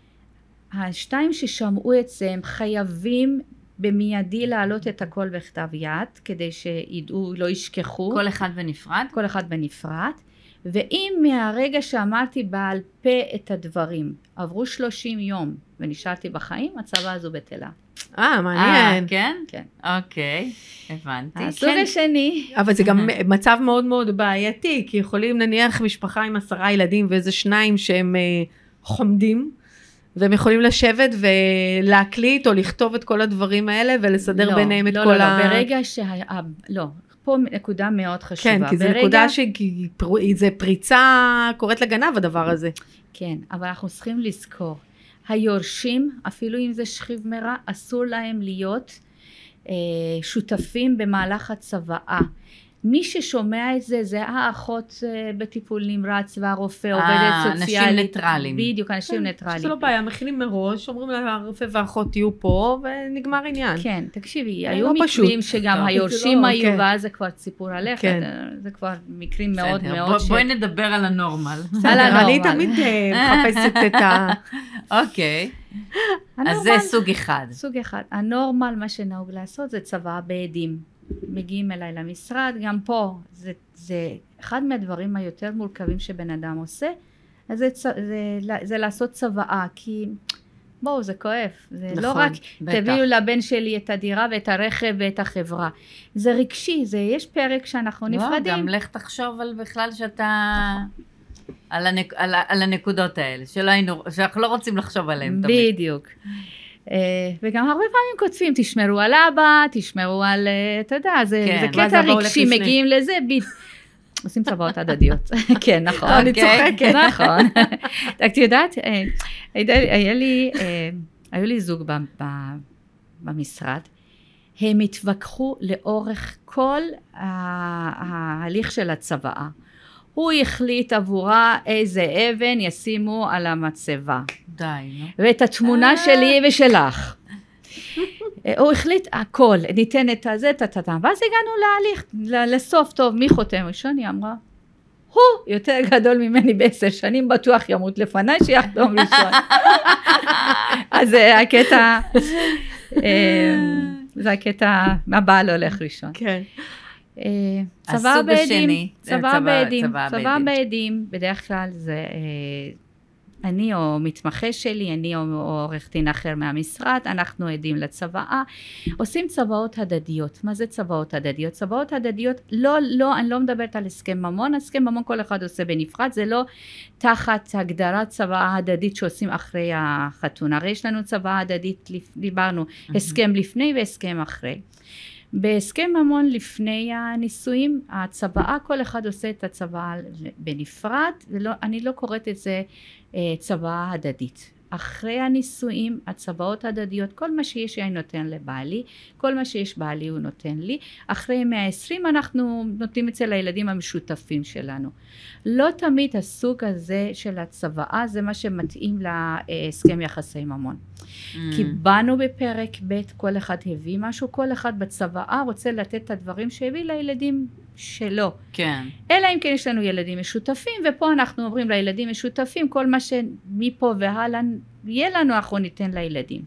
השתיים ששמעו את זה, הם חייבים במיידי להעלות את הכל בכתב יד, כדי שידעו, לא ישכחו. כל אחד בנפרד? כל אחד בנפרד. ואם מהרגע שאמרתי בעל פה את הדברים, עברו שלושים יום ונשארתי בחיים, הצוואה הזו בטלה. אה, מעניין. אה, כן? כן. אוקיי, הבנתי. הסוג כן. השני. אבל זה גם מצב מאוד מאוד בעייתי, כי יכולים נניח משפחה עם עשרה ילדים ואיזה שניים שהם אה, חומדים, והם יכולים לשבת ולהקליט או לכתוב את כל הדברים האלה ולסדר לא, ביניהם את לא, כל לא, ה... לא, ברגע שה... לא. פה נקודה מאוד חשובה. כן, כי זו נקודה שזה פריצה קוראת לגנב הדבר הזה. כן, אבל אנחנו צריכים לזכור, היורשים, אפילו אם זה שכיב מרע, אסור להם להיות אה, שותפים במהלך הצוואה. מי ששומע את זה, זה האחות אה, בטיפול נמרץ והרופא, עובדת סוציאלית. אנשים ניטרלים. בדיוק, אנשים כן, ניטרלים. שזה לא בעיה, מכינים מראש, אומרים לרופא והאחות יהיו פה, ונגמר עניין. כן, תקשיבי, היו לא מקרים פשוט. שגם טוב, היורשים לא, היו, כן. ואז זה כבר סיפור עליך, כן. זה כבר מקרים בסדר, מאוד מאוד... בוא, ש... בואי נדבר על הנורמל. על הנורמל. אני תמיד מחפשת את ה... אוקיי. אז זה סוג אחד. סוג אחד. הנורמל, מה שנהוג לעשות, זה צוואה בעדים. מגיעים אליי למשרד, גם פה זה, זה אחד מהדברים היותר מורכבים שבן אדם עושה, אז זה, זה, זה, זה לעשות צוואה, כי בואו זה כואב, זה נכון, לא רק בטח. תביאו לבן שלי את הדירה ואת הרכב ואת החברה, זה רגשי, זה, יש פרק שאנחנו לא, נפרדים. גם לך תחשוב על בכלל שאתה, על, הנק, על, על הנקודות האלה, שלא היינו, שאנחנו לא רוצים לחשוב עליהן תמיד. בדיוק. וגם הרבה פעמים כותבים, תשמרו על אבא, תשמרו על, אתה יודע, זה קטע רגשי, מגיעים לזה, עושים צוואות הדדיות. כן, נכון. אני צוחקת. נכון. את יודעת, היו לי זוג במשרד, הם התווכחו לאורך כל ההליך של הצוואה. הוא החליט עבורה איזה אבן ישימו על המצבה. די, נו. ואת התמונה שלי ושלך. הוא החליט הכל, ניתן את הזה, תתתם. ואז הגענו להליך, לסוף טוב, מי חותם ראשון? היא אמרה, הוא יותר גדול ממני בעשר שנים, בטוח ימות לפניי שיחתום ראשון. אז זה הקטע, זה הקטע, הבעל הולך ראשון. כן. צבא בעדים, צבא בעדים, צבא בעדים, בדרך כלל זה אני או מתמחה שלי, אני או עורך דין אחר מהמשרד, אנחנו עדים לצוואה, עושים צוואות הדדיות. מה זה צוואות הדדיות? צוואות הדדיות, לא, לא, אני לא מדברת על הסכם ממון, הסכם ממון כל אחד עושה בנפרד, זה לא תחת הגדרת צוואה הדדית שעושים אחרי החתונה. הרי יש לנו צוואה הדדית, דיברנו, הסכם לפני והסכם אחרי. בהסכם ממון לפני הנישואים, הצוואה, כל אחד עושה את הצוואה בנפרד, ולא, אני לא קוראת את זה צוואה הדדית. אחרי הנישואים, הצוואות הדדיות, כל מה שיש אני נותן לבעלי, כל מה שיש בעלי הוא נותן לי. אחרי מאה ועשרים אנחנו נותנים אצל הילדים המשותפים שלנו. לא תמיד הסוג הזה של הצוואה זה מה שמתאים להסכם יחסי ממון. Mm. כי באנו בפרק ב', כל אחד הביא משהו, כל אחד בצוואה רוצה לתת את הדברים שהביא לילדים שלו. כן. אלא אם כן יש לנו ילדים משותפים, ופה אנחנו אומרים לילדים משותפים, כל מה שמפה והלאה יהיה לנו, אנחנו ניתן לילדים.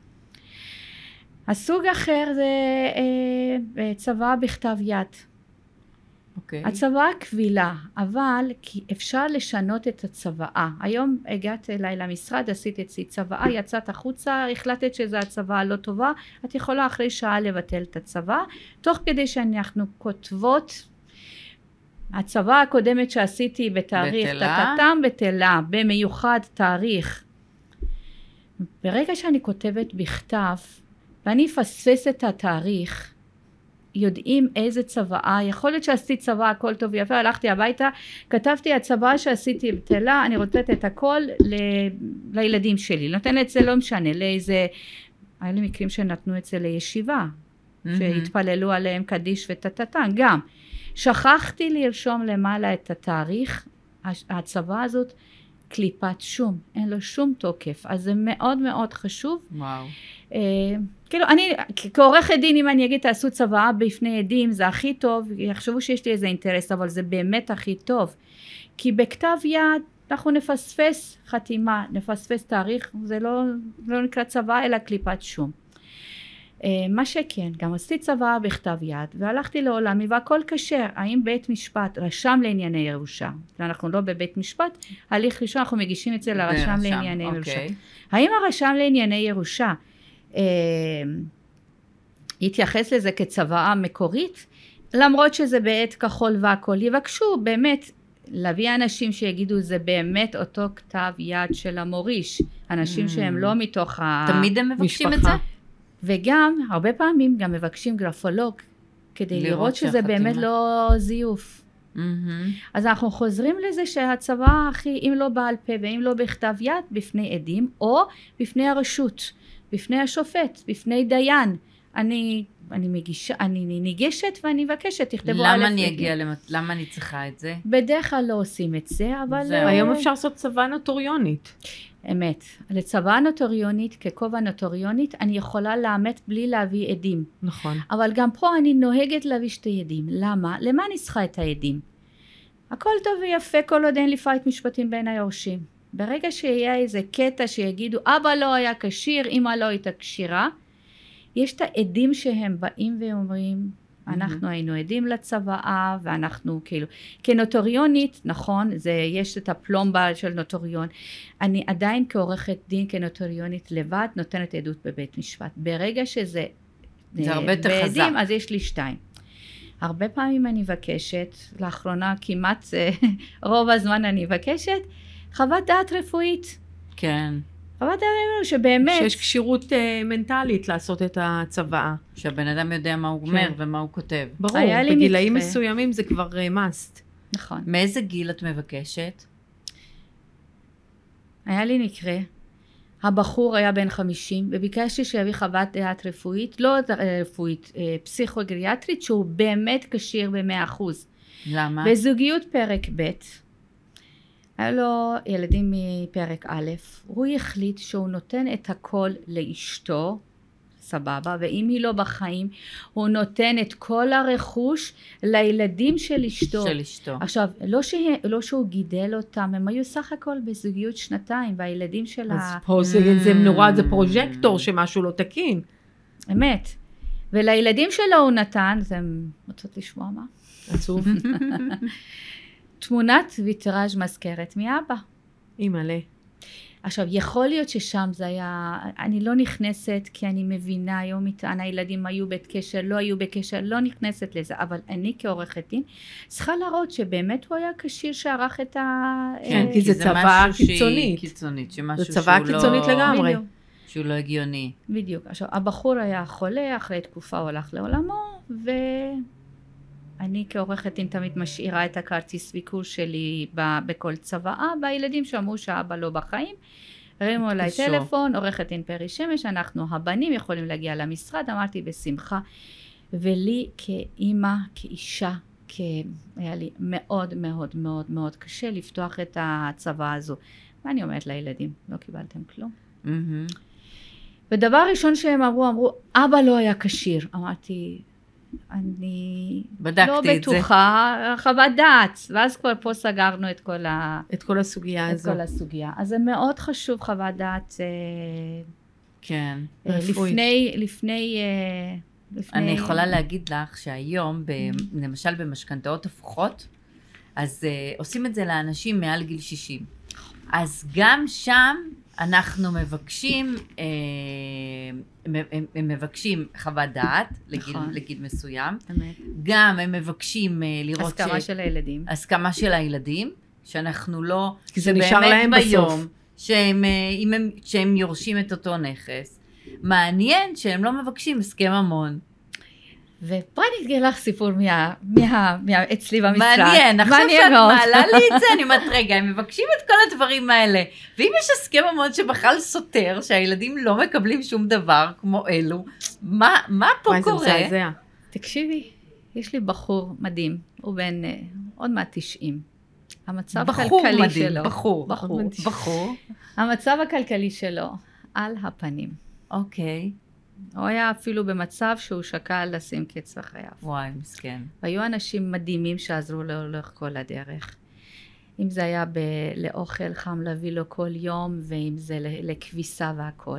הסוג אחר זה אה, צוואה בכתב יד. אוקיי. הצוואה קבילה, אבל אפשר לשנות את הצוואה. היום הגעת אליי למשרד, עשית אצלי צוואה, יצאת החוצה, החלטת שזו הצוואה לא טובה, את יכולה אחרי שעה לבטל את הצוואה, תוך כדי שאנחנו כותבות, הצוואה הקודמת שעשיתי בתאריך, תתתם בטלה, במיוחד תאריך. ברגע שאני כותבת בכתב, ואני אפספס את התאריך, יודעים איזה צוואה, יכול להיות שעשיתי צוואה, הכל טוב ויפה, הלכתי הביתה, כתבתי הצוואה שעשיתי בטלה, אני רוצה את הכל ל- לילדים שלי, נותן את זה לא משנה, לאיזה, היה לי מקרים שנתנו את זה לישיבה, mm-hmm. שהתפללו עליהם קדיש וטטטן, גם, שכחתי לרשום למעלה את התאריך, הצוואה הזאת, קליפת שום, אין לו שום תוקף, אז זה מאוד מאוד חשוב. וואו. אה, כאילו, אני, כעורכת דין, אם אני אגיד, תעשו צוואה בפני עדים, זה הכי טוב, יחשבו שיש לי איזה אינטרס, אבל זה באמת הכי טוב. כי בכתב יד, אנחנו נפספס חתימה, נפספס תאריך, זה לא, לא נקרא צוואה, אלא קליפת שום. Uh, מה שכן, גם עשיתי צוואה בכתב יד, והלכתי לעולמי, והכל כשר. האם בית משפט רשם לענייני ירושה? אנחנו לא בבית משפט, הליך ראשון אנחנו מגישים את זה לרשם לענייני אוקיי. ירושה. האם הרשם לענייני ירושה uh, יתייחס לזה כצוואה מקורית? למרות שזה בעת כחול והכל, יבקשו באמת להביא אנשים שיגידו זה באמת אותו כתב יד של המוריש, אנשים mm. שהם לא מתוך המשפחה. תמיד הם מבקשים את זה? וגם, הרבה פעמים גם מבקשים גרפולוג, כדי לראות, לראות שזה באמת לא זיוף. Mm-hmm. אז אנחנו חוזרים לזה שהצוואה הכי, אם לא בעל פה ואם לא בכתב יד, בפני עדים, או בפני הרשות, בפני השופט, בפני דיין. אני, אני מגישה, אני ניגשת ואני מבקשת, תכתבו א' למה אני אגיע, למת... למה אני צריכה את זה? בדרך כלל לא עושים את זה, אבל... זה, היום אפשר לעשות צוואה נוטריונית. אמת. לצוואה נוטריונית, ככובע נוטריונית, אני יכולה לאמת בלי להביא עדים. נכון. אבל גם פה אני נוהגת להביא שתי עדים. למה? למה אני צריכה את העדים? הכל טוב ויפה כל עוד אין לי פייט משפטים בין היורשים. ברגע שיהיה איזה קטע שיגידו, אבא לא היה כשיר, אמא לא הייתה כשירה, יש את העדים שהם באים ואומרים, אנחנו היינו עדים לצוואה, ואנחנו כאילו, כנוטריונית, נכון, זה, יש את הפלומבה של נוטריון, אני עדיין כעורכת דין, כנוטריונית לבד, נותנת עדות בבית משפט. ברגע שזה זה הרבה יותר בעדים, חזק. אז יש לי שתיים. הרבה פעמים אני מבקשת, לאחרונה כמעט רוב הזמן אני מבקשת, חוות דעת רפואית. כן. חוות דעת שבאמת... שיש קשירות uh, מנטלית לעשות את הצוואה. שהבן אדם יודע מה הוא אומר ומה הוא כותב. ברור, בגילאים מסוימים זה כבר uh, must. נכון. מאיזה גיל את מבקשת? היה לי מקרה, הבחור היה בן חמישים, וביקשתי שיביא חוות דעת רפואית, לא רפואית, פסיכוגריאטרית, שהוא באמת כשיר ב-מאה אחוז. למה? בזוגיות פרק ב', היה לו ילדים מפרק א', הוא החליט שהוא נותן את הכל לאשתו, סבבה, ואם היא לא בחיים, הוא נותן את כל הרכוש לילדים של אשתו. של אשתו. עכשיו, לא, שה, לא שהוא גידל אותם, הם היו סך הכל בזוגיות שנתיים, והילדים של אז ה... פה זה, זה נורא, זה פרוז'קטור שמשהו לא תקין. אמת. ולילדים שלו הוא נתן, אתם רוצות לשמוע מה? עצוב. תמונת ויטראז' מזכרת מאבא. אימא'לה. עכשיו, יכול להיות ששם זה היה, אני לא נכנסת כי אני מבינה, היום מטען הילדים היו בקשר, לא היו בקשר, לא נכנסת לזה, אבל אני כעורכת דין צריכה להראות שבאמת הוא היה כשיר שערך את ה... כן, כי זה צבא קיצונית. קיצונית, זה צבא קיצונית לגמרי. שהוא לא הגיוני. בדיוק. עכשיו, הבחור היה חולה, אחרי תקופה הוא הלך לעולמו, ואני כעורכת דין תמיד משאירה את הכרטיס ביקור שלי בכל צוואה, והילדים שמעו שאבא לא בחיים, הרימו אליי טלפון, עורכת דין פרי שמש, אנחנו הבנים יכולים להגיע למשרד, אמרתי בשמחה, ולי כאימא, כאישה, היה לי מאוד מאוד מאוד מאוד קשה לפתוח את הצוואה הזו. ואני אומרת לילדים, לא קיבלתם כלום. Mm-hmm. ודבר ראשון שהם אמרו, אמרו, אבא לא היה כשיר. אמרתי, אני לא בטוחה, חוות דעת. ואז כבר פה סגרנו את כל, ה... את כל הסוגיה את הזו. כל הסוגיה. אז זה מאוד חשוב חוות דעת. כן. לפני, לפני, לפני... אני יכולה להגיד לך שהיום, ב... למשל במשכנתאות הפוכות, אז uh, עושים את זה לאנשים מעל גיל שישים. אז גם שם אנחנו מבקשים, אה, הם מבקשים חוות דעת לגיל, נכון. לגיל מסוים. אמת. גם הם מבקשים אה, לראות הסכמה ש... של הילדים. הסכמה של הילדים, שאנחנו לא... כי זה נשאר להם בסוף. שהם, אם הם, שהם יורשים את אותו נכס. מעניין שהם לא מבקשים הסכם ממון. ופה אני אתגלה לך סיפור מה, מה, מה, אצלי במשרד. מעניין, עכשיו שאת מעלה לי את זה, אני אומרת, רגע, הם מבקשים את כל הדברים האלה, ואם יש הסכם ממון שבכלל סותר, שהילדים לא מקבלים שום דבר כמו אלו, מה, מה פה קורה? תקשיבי, יש לי בחור מדהים, הוא בן uh, עוד מעט תשעים. המצב בחור הכלכלי מדהים, שלו. בחור, בחור, בחור. המצב הכלכלי שלו על הפנים. אוקיי. הוא היה אפילו במצב שהוא שקל לשים קץ לחייו. וואי, מסכן. והיו אנשים מדהימים שעזרו לו לאורך כל הדרך. אם זה היה ב- לאוכל חם להביא לו כל יום, ואם זה לכביסה והכל.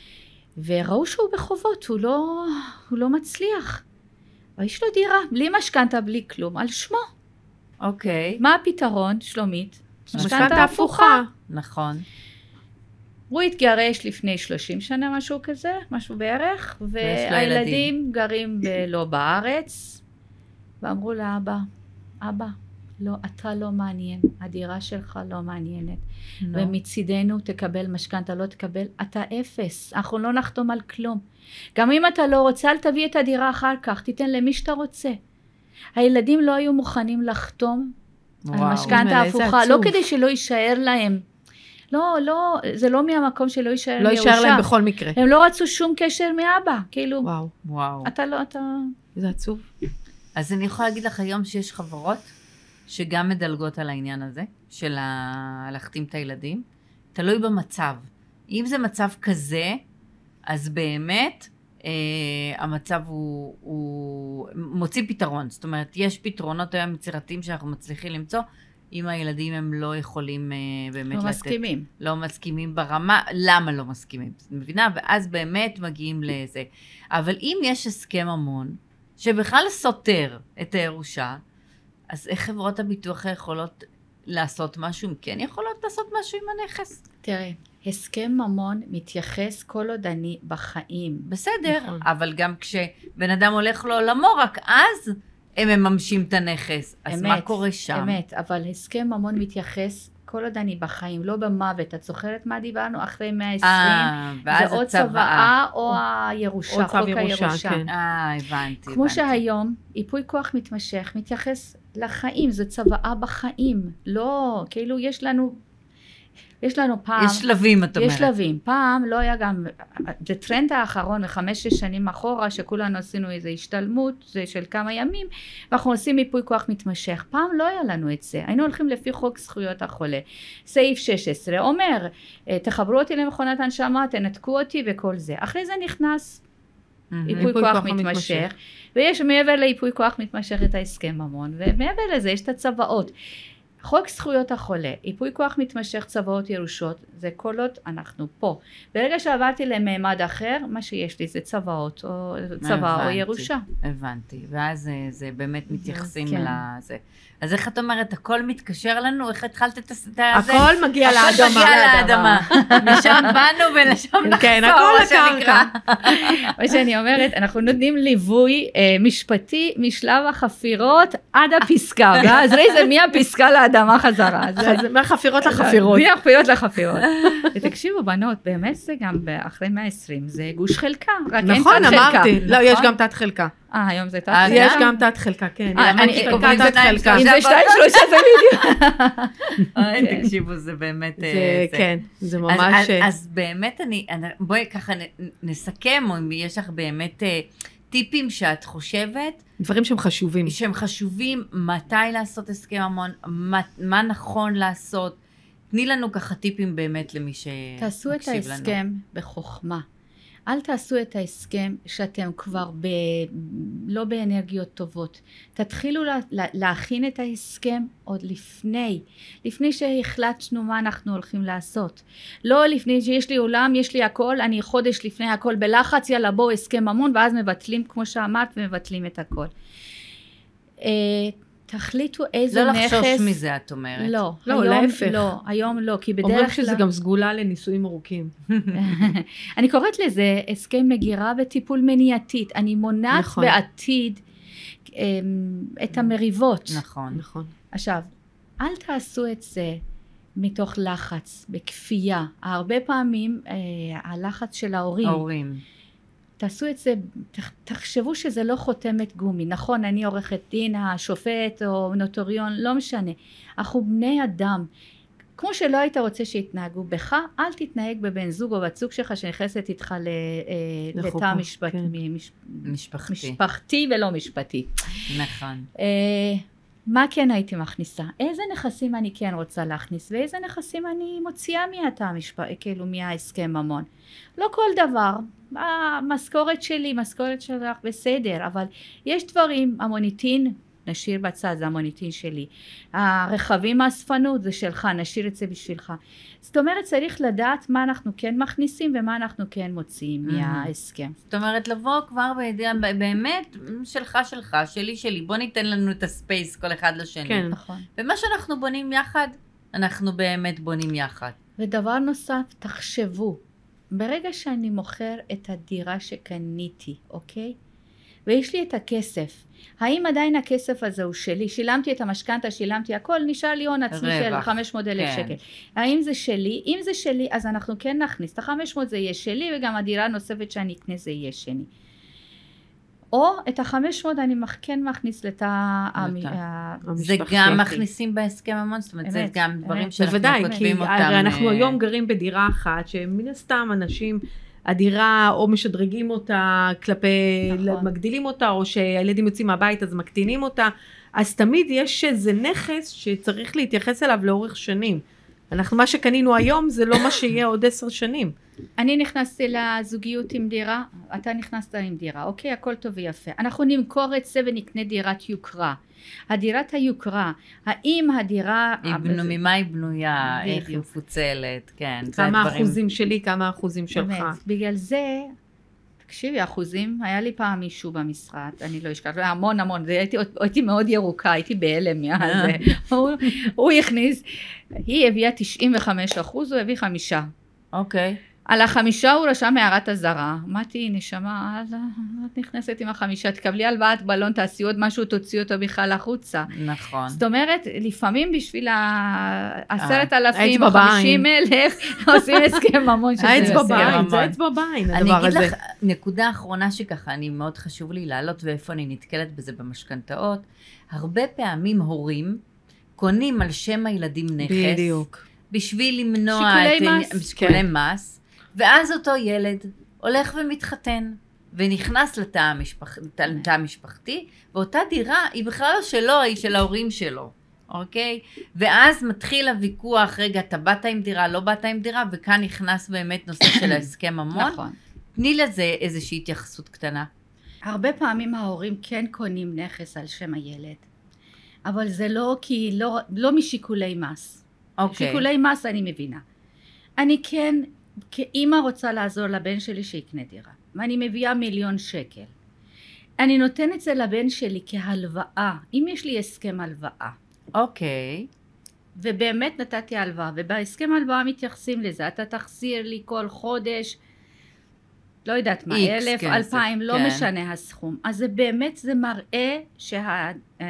וראו שהוא בחובות, הוא לא, הוא לא מצליח. ויש לו דירה, בלי משכנתה, בלי כלום, על שמו. אוקיי. מה הפתרון, שלומית? משכנתה הפוכה. נכון. הוא התגרש לפני שלושים שנה, משהו כזה, משהו בערך, והילדים גרים ב- לא בארץ, ואמרו לאבא, אבא, לא, אתה לא מעניין, הדירה שלך לא מעניינת, no. ומצידנו תקבל משכנתה, לא תקבל, אתה אפס, אנחנו לא נחתום על כלום. גם אם אתה לא רוצה, אל תביא את הדירה אחר כך, תיתן למי שאתה רוצה. הילדים לא היו מוכנים לחתום וואו, על משכנתה הפוכה, לא כדי שלא יישאר להם. לא, לא, זה לא מהמקום שלא יישאר לא יישאר להם בכל מקרה. הם לא רצו שום קשר מאבא, כאילו, וואו, וואו. אתה לא, אתה... זה עצוב. אז אני יכולה להגיד לך היום שיש חברות שגם מדלגות על העניין הזה, של ה... להחתים את הילדים, תלוי במצב. אם זה מצב כזה, אז באמת אה, המצב הוא, הוא מוציא פתרון. זאת אומרת, יש פתרונות היום יצירתיים שאנחנו מצליחים למצוא, אם הילדים הם לא יכולים uh, באמת לא לתת. מסכימים. לא מסכימים ברמה, למה לא מסכימים? מבינה? ואז באמת מגיעים לזה. אבל אם יש הסכם ממון, שבכלל סותר את הירושה, אז איך חברות הביטוח יכולות לעשות משהו? אם כן יכולות לעשות משהו עם הנכס? תראה, הסכם ממון מתייחס כל עוד אני בחיים. בסדר, נכון. אבל גם כשבן אדם הולך לעולמו, רק אז הם מממשים את הנכס. אז אמת, מה קורה שם? אמת, אבל הסכם ממון מתייחס כל עוד אני בחיים, לא במוות. את זוכרת מה דיברנו? אחרי מאה ועשרים, 아, זה או צוואה או הירושה, או צו ירושה, כן. אה, הבנתי. כמו שהיום, ייפוי כוח מתמשך, מתייחס לחיים, זה צוואה בחיים. לא, כאילו יש לנו... יש לנו פעם... יש שלבים, את אומרת. יש שלבים. פעם לא היה גם... זה טרנד האחרון, מחמש שש שנים אחורה, שכולנו עשינו איזו השתלמות, זה של כמה ימים, ואנחנו עושים ייפוי כוח מתמשך. פעם לא היה לנו את זה. היינו הולכים לפי חוק זכויות החולה. סעיף שש עשרה אומר, תחברו אותי למכונת הנשמה, תנתקו אותי וכל זה. אחרי זה נכנס ייפוי כוח מתמשך, ויש מעבר לייפוי כוח מתמשך את ההסכם ממון, ומעבר לזה יש את הצוואות. חוק זכויות החולה, ייפוי כוח מתמשך, צוואות ירושות, זה כל עוד אנחנו פה. ברגע שעברתי למעמד אחר, מה שיש לי זה צוואות או צוואה או ירושה. הבנתי, ואז זה, זה באמת מתייחסים כן. לזה. אז איך את אומרת, הכל מתקשר לנו? איך התחלת את זה? הכל מגיע לאדמה. הכל מגיע לאדמה. משם באנו ולשם נחזור. כן, הכל הקרקע. מה שאני אומרת, אנחנו נותנים ליווי משפטי משלב החפירות עד הפסקה, ואז זה מהפסקה לאדמה חזרה. מהחפירות לחפירות. מהחפירות לחפירות. ותקשיבו, בנות, באמת זה גם אחרי מאה ועשרים, זה גוש חלקה, רק אין תת חלקה. נכון, אמרתי. לא, יש גם תת חלקה. אה, היום זה תת חלקה? יש גם תת חלקה, כן. אם זה שתיים שלושה זה בדיוק. תקשיבו, זה באמת... זה, כן, זה ממש... אז באמת אני, בואי ככה נסכם, או אם יש לך באמת טיפים שאת חושבת... דברים שהם חשובים. שהם חשובים, מתי לעשות הסכם המון, מה נכון לעשות. תני לנו ככה טיפים באמת למי שמקשיב לנו. תעשו את ההסכם בחוכמה. אל תעשו את ההסכם שאתם כבר ב... לא באנרגיות טובות. תתחילו לה... להכין את ההסכם עוד לפני, לפני שהחלטנו מה אנחנו הולכים לעשות. לא לפני שיש לי עולם, יש לי הכל, אני חודש לפני הכל בלחץ, יאללה בואו הסכם ממון, ואז מבטלים, כמו שאמרת, ומבטלים את הכל. תחליטו איזה לא נכס... לא לחשוש מזה, את אומרת. לא, לא, היום להפך. לא, היום לא, כי בדרך כלל... אומרים שזה גם סגולה לנישואים ארוכים. אני קוראת לזה הסכם מגירה וטיפול מניעתית. אני מונעת נכון. בעתיד את המריבות. נכון. נכון. עכשיו, אל תעשו את זה מתוך לחץ, בכפייה. הרבה פעמים אה, הלחץ של ההורים. ההורים. תעשו את זה, תחשבו שזה לא חותמת גומי. נכון, אני עורכת דין, השופט או נוטריון, לא משנה. אנחנו בני אדם. כמו שלא היית רוצה שיתנהגו בך, אל תתנהג בבן זוג או בת זוג שלך שנכנסת איתך לתא משפט, כן. מש, משפחתי. משפחתי ולא משפטי. נכון. אה, מה כן הייתי מכניסה? איזה נכסים אני כן רוצה להכניס, ואיזה נכסים אני מוציאה מהתא המשפט, כאילו מההסכם ממון. לא כל דבר. המשכורת שלי, משכורת שלך בסדר, אבל יש דברים, המוניטין, נשאיר בצד, זה המוניטין שלי. הרכבים האספנות זה שלך, נשאיר את זה בשבילך. זאת אומרת, צריך לדעת מה אנחנו כן מכניסים ומה אנחנו כן מוציאים מההסכם. זאת אומרת, לבוא כבר בידיעה, באמת, שלך שלך, שלי שלי, בוא ניתן לנו את הספייס כל אחד לשני. כן. נכון. ומה שאנחנו בונים יחד, אנחנו באמת בונים יחד. ודבר נוסף, תחשבו, ברגע שאני מוכר את הדירה שקניתי, אוקיי? ויש לי את הכסף, האם עדיין הכסף הזה הוא שלי? שילמתי את המשכנתה, שילמתי הכל, נשאר לי הון עצמי של חמש מאות אלף כן. שקל. האם זה שלי? אם זה שלי, אז אנחנו כן נכניס. את ה-חמש מאות זה יהיה שלי, וגם הדירה הנוספת שאני אקנה זה יהיה שני. או את ה-חמש מאות אני כן מכניס לתא המשפחתי. זה גם מכניסים בהסכם המון, זאת אומרת, זה גם דברים שאנחנו כותבים אותם. בוודאי, כי אנחנו היום גרים בדירה אחת, שמן הסתם אנשים... הדירה או משדרגים אותה כלפי, נכון. מגדילים אותה, או שהילדים יוצאים מהבית אז מקטינים אותה, אז תמיד יש איזה נכס שצריך להתייחס אליו לאורך שנים. אנחנו, מה שקנינו היום זה לא מה שיהיה עוד עשר שנים. אני נכנסתי לזוגיות עם דירה, אתה נכנסת עם דירה, אוקיי, הכל טוב ויפה. אנחנו נמכור את זה ונקנה דירת יוקרה. הדירת היוקרה, האם הדירה... בנו, ממה היא בנויה, איך היא מפוצלת, כן. כמה אחוזים שלי, כמה אחוזים שלך. באמת, בגלל זה, תקשיבי, אחוזים, היה לי פעם מישהו במשרד, אני לא אשכח, המון המון, זה, הייתי, הייתי מאוד ירוקה, הייתי בהלם מהזה. הוא, הוא הכניס, היא הביאה תשעים וחמישה אחוז, הוא הביא חמישה. אוקיי. על החמישה הוא רשם הערת הזרה, אמרתי נשמה, אז את נכנסת עם החמישה, תקבלי הלוואת בלון, תעשי עוד משהו, תוציא אותו בכלל החוצה. נכון. זאת אומרת, לפעמים בשביל העשרת אלפים או חמישים אלף, עושים הסכם ממון שזה האצבע בעין, זה האצבע בעין, הדבר הזה. אני אגיד לך, נקודה אחרונה שככה, אני מאוד חשוב לי לעלות, ואיפה אני נתקלת בזה במשכנתאות, הרבה פעמים הורים קונים על שם הילדים נכס, בדיוק. בשביל למנוע שיקולי את שיקולי מס, ואז אותו ילד הולך ומתחתן, ונכנס לתא המשפח... המשפחתי, ואותה דירה היא בכלל לא שלו, היא של ההורים שלו, אוקיי? ואז מתחיל הוויכוח, רגע, אתה באת עם דירה, לא באת עם דירה, וכאן נכנס באמת נושא של ההסכם המון. נכון. תני לזה איזושהי התייחסות קטנה. הרבה פעמים ההורים כן קונים נכס על שם הילד, אבל זה לא כי, לא, לא משיקולי מס. אוקיי. שיקולי מס אני מבינה. אני כן, כאימא רוצה לעזור לבן שלי שיקנה דירה, ואני מביאה מיליון שקל. אני נותנת את זה לבן שלי כהלוואה, אם יש לי הסכם הלוואה, אוקיי. ובאמת נתתי הלוואה, ובהסכם הלוואה מתייחסים לזה, אתה תחזיר לי כל חודש, לא יודעת מה, אלף, אלפיים, לא משנה הסכום. אז זה באמת, זה מראה שה...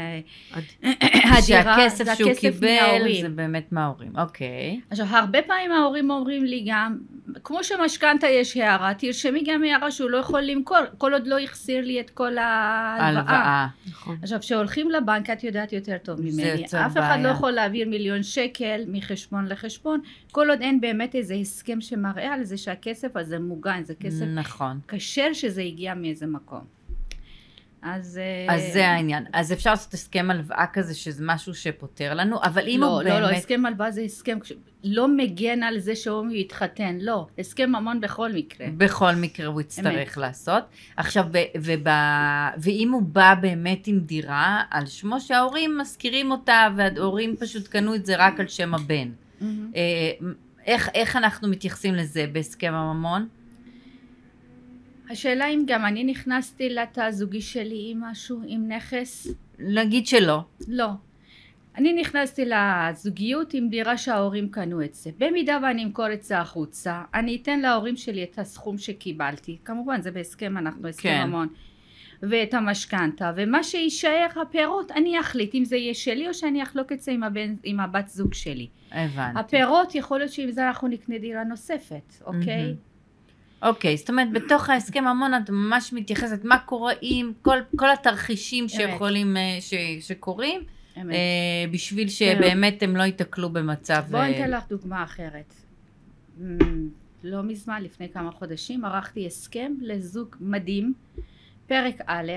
שהכסף שהוא קיבל זה באמת מההורים, אוקיי. עכשיו, הרבה פעמים ההורים אומרים לי גם, כמו שמשכנתה יש הערה, תרשמי גם הערה שהוא לא יכול למכור, כל עוד לא יחסיר לי את כל ההלוואה. עכשיו, כשהולכים לבנק, את יודעת יותר טוב ממני, אף אחד לא יכול להעביר מיליון שקל מחשבון לחשבון, כל עוד אין באמת איזה הסכם שמראה על זה שהכסף הזה מוגן, זה כסף כשר שזה הגיע מאיזה מקום. אז, אז זה העניין. אז אפשר לעשות הסכם הלוואה כזה שזה משהו שפותר לנו, אבל אם לא, הוא לא, באמת... לא, לא, הסכם הלוואה זה הסכם, לא מגן על זה שהוא יתחתן, לא. הסכם ממון בכל מקרה. בכל מקרה הוא יצטרך אמת. לעשות. עכשיו, ו- וב- ואם הוא בא באמת עם דירה, על שמו שההורים מזכירים אותה, וההורים פשוט קנו את זה רק על שם הבן. Mm-hmm. איך, איך אנחנו מתייחסים לזה בהסכם הממון? השאלה אם גם אני נכנסתי לתא הזוגי שלי עם משהו, עם נכס? נגיד שלא. לא. אני נכנסתי לזוגיות עם דירה שההורים קנו את זה. במידה ואני אמכור את זה החוצה, אני אתן להורים שלי את הסכום שקיבלתי. כמובן זה בהסכם, אנחנו הסכם כן. המון. ואת המשכנתה, ומה שישאר הפירות, אני אחליט אם זה יהיה שלי או שאני אחלוק את זה עם, הבן, עם הבת זוג שלי. הבנתי. הפירות יכול להיות שעם זה אנחנו נקנה דירה נוספת, אוקיי? Mm-hmm. אוקיי, זאת אומרת, בתוך ההסכם המון את ממש מתייחסת מה קורה עם כל, כל התרחישים שיכולים, ש, שקורים, בשביל שבאמת הם לא ייתקלו במצב... בואו ניתן לך דוגמה אחרת. לא מזמן, לפני כמה חודשים, ערכתי הסכם לזוג מדהים, פרק א',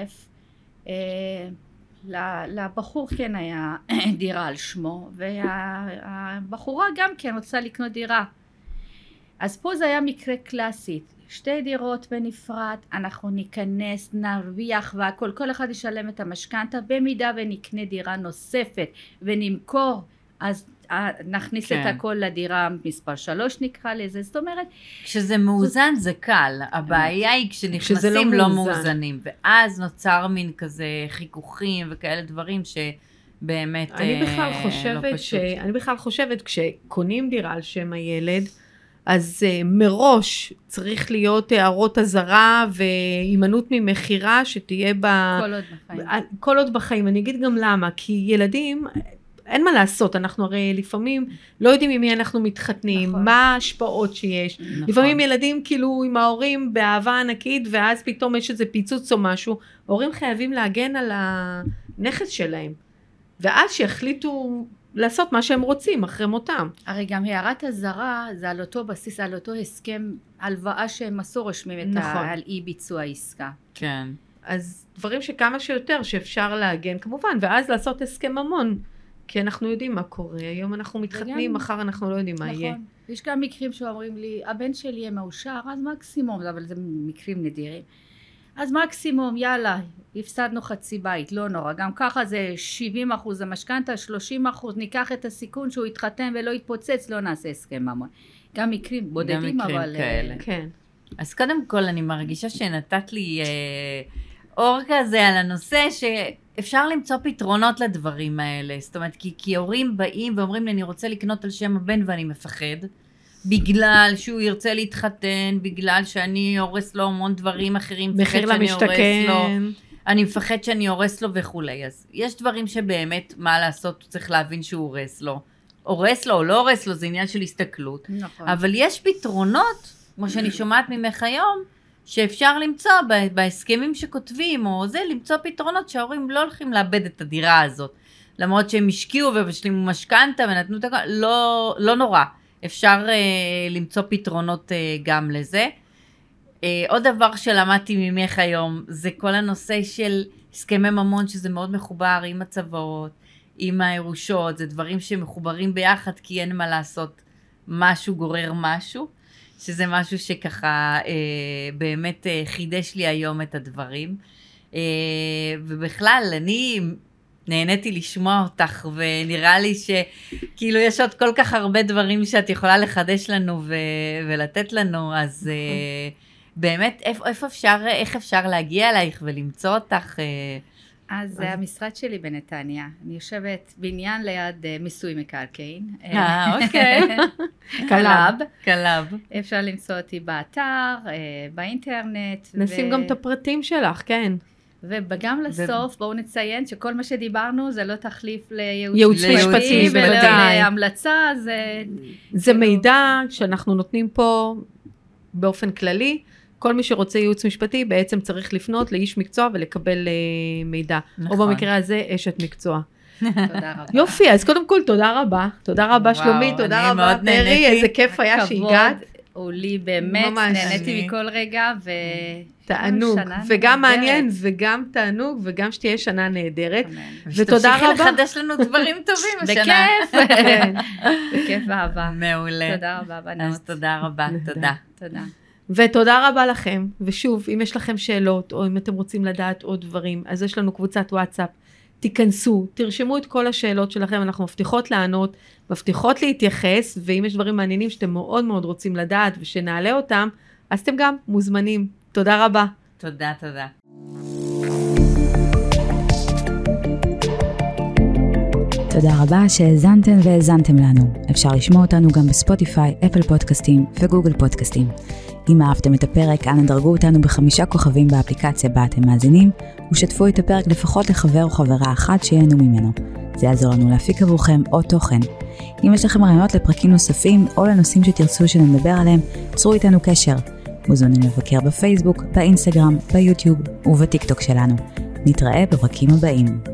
לבחור כן היה דירה על שמו, והבחורה גם כן רוצה לקנות דירה. אז פה זה היה מקרה קלאסי, שתי דירות בנפרד, אנחנו ניכנס, נרוויח והכל, כל אחד ישלם את המשכנתה, במידה ונקנה דירה נוספת ונמכור, אז נכניס כן. את הכל לדירה מספר שלוש נקרא לזה, זאת אומרת... כשזה מאוזן זה קל, הבעיה היא כשנכנסים לא, לא מאוזנים, ואז נוצר מין כזה חיכוכים וכאלה דברים ש... באמת אני בכלל חושבת לא ש... אני בכלל חושבת כשקונים דירה על שם הילד, אז uh, מראש צריך להיות הערות הזרה והימנעות ממחירה שתהיה בה... כל עוד בחיים. כל עוד בחיים. אני אגיד גם למה, כי ילדים, אין מה לעשות, אנחנו הרי לפעמים לא יודעים עם מי אנחנו מתחתנים, נכון. מה ההשפעות שיש. נכון. לפעמים ילדים כאילו עם ההורים באהבה ענקית, ואז פתאום יש איזה פיצוץ או משהו, ההורים חייבים להגן על הנכס שלהם. ואז שיחליטו... לעשות מה שהם רוצים אחרי מותם. הרי גם הערת הזרה זה על אותו בסיס, על אותו הסכם הלוואה שהם עשו רושמים את נכון. ה... על אי ביצוע עסקה. כן. אז דברים שכמה שיותר שאפשר להגן כמובן, ואז לעשות הסכם המון, כי אנחנו יודעים מה קורה. היום אנחנו מתחתנים, וגם... מחר אנחנו לא יודעים מה נכון. יהיה. יש גם מקרים שאומרים לי, הבן שלי יהיה מאושר, אז מקסימום, אבל זה מקרים נדירים. אז מקסימום, יאללה, הפסדנו חצי בית, לא נורא, גם ככה זה שבעים אחוז המשכנתה, שלושים אחוז, ניקח את הסיכון שהוא יתחתן ולא יתפוצץ, לא נעשה הסכם ממון. גם מקרים בודדים, גם מקרים אבל... כאלה. כן. אז קודם כל אני מרגישה שנתת לי אה, אור כזה על הנושא שאפשר למצוא פתרונות לדברים האלה, זאת אומרת, כי, כי הורים באים ואומרים לי, אני רוצה לקנות על שם הבן ואני מפחד, בגלל שהוא ירצה להתחתן, בגלל שאני הורס לו המון דברים אחרים, מחיר למשתכן, אני מפחד שאני הורס לו וכולי. אז יש דברים שבאמת מה לעשות, הוא צריך להבין שהוא הורס לו. הורס לו או לא הורס לו, זה עניין של הסתכלות. נכון. אבל יש פתרונות, כמו שאני שומעת ממך היום, שאפשר למצוא בהסכמים שכותבים, או זה, למצוא פתרונות שההורים לא הולכים לאבד את הדירה הזאת. למרות שהם השקיעו ובשלימו משכנתה ונתנו את הכל, לא, לא נורא. אפשר uh, למצוא פתרונות uh, גם לזה. Uh, עוד דבר שלמדתי ממך היום, זה כל הנושא של הסכמי ממון, שזה מאוד מחובר עם הצוואות, עם הירושות, זה דברים שמחוברים ביחד, כי אין מה לעשות, משהו גורר משהו, שזה משהו שככה uh, באמת uh, חידש לי היום את הדברים. Uh, ובכלל, אני... נהניתי לשמוע אותך, ונראה לי שכאילו יש עוד כל כך הרבה דברים שאת יכולה לחדש לנו ו- ולתת לנו, אז uh, באמת, איפה, איפה אפשר, איך אפשר להגיע אלייך ולמצוא אותך? Uh... אז המשרד שלי בנתניה, אני יושבת בניין ליד מיסוי מקרקעין. אה, אוקיי. קלאב. קלאב. אפשר למצוא אותי באתר, באינטרנט. נשים גם את הפרטים שלך, כן. וגם לסוף, בואו נציין שכל מה שדיברנו זה לא תחליף לייעוץ משפטי, ולא להמלצה, זה מידע שאנחנו נותנים פה באופן כללי. כל מי שרוצה ייעוץ משפטי בעצם צריך לפנות לאיש מקצוע ולקבל מידע. או במקרה הזה אשת מקצוע. תודה רבה. יופי, אז קודם כל תודה רבה. תודה רבה שלומית, תודה רבה פרי, איזה כיף היה שהגעת. הוא לי באמת, נהניתי מכל רגע, ו... תענוג, וגם מעניין, וגם תענוג, וגם שתהיה שנה נהדרת. ותודה רבה. ושתמשיכי לחדש לנו דברים טובים השנה. בכיף. בכיף ואהבה. מעולה. תודה רבה, בנות. אז תודה רבה, תודה. תודה. ותודה רבה לכם, ושוב, אם יש לכם שאלות, או אם אתם רוצים לדעת עוד דברים, אז יש לנו קבוצת וואטסאפ, תיכנסו, תרשמו את כל השאלות שלכם, אנחנו מבטיחות לענות, מבטיחות להתייחס, ואם יש דברים מעניינים שאתם מאוד מאוד רוצים לדעת, ושנעלה אותם, אז אתם גם מוזמנים. תודה רבה. תודה, תודה. תודה רבה שהאזנתם והאזנתם לנו. אפשר לשמוע אותנו גם בספוטיפיי, אפל פודקאסטים וגוגל פודקאסטים. אם אהבתם את הפרק, אנא דרגו אותנו בחמישה כוכבים באפליקציה בה אתם מאזינים, ושתפו את הפרק לפחות לחבר או חברה אחת שיהנו ממנו. זה יעזור לנו להפיק עבורכם עוד תוכן. אם יש לכם רעיונות לפרקים נוספים או לנושאים שתרצו שנדבר עליהם, צרו איתנו קשר. מוזמנים לבקר בפייסבוק, באינסטגרם, ביוטיוב ובטיקטוק שלנו. נתראה בפרקים הבאים.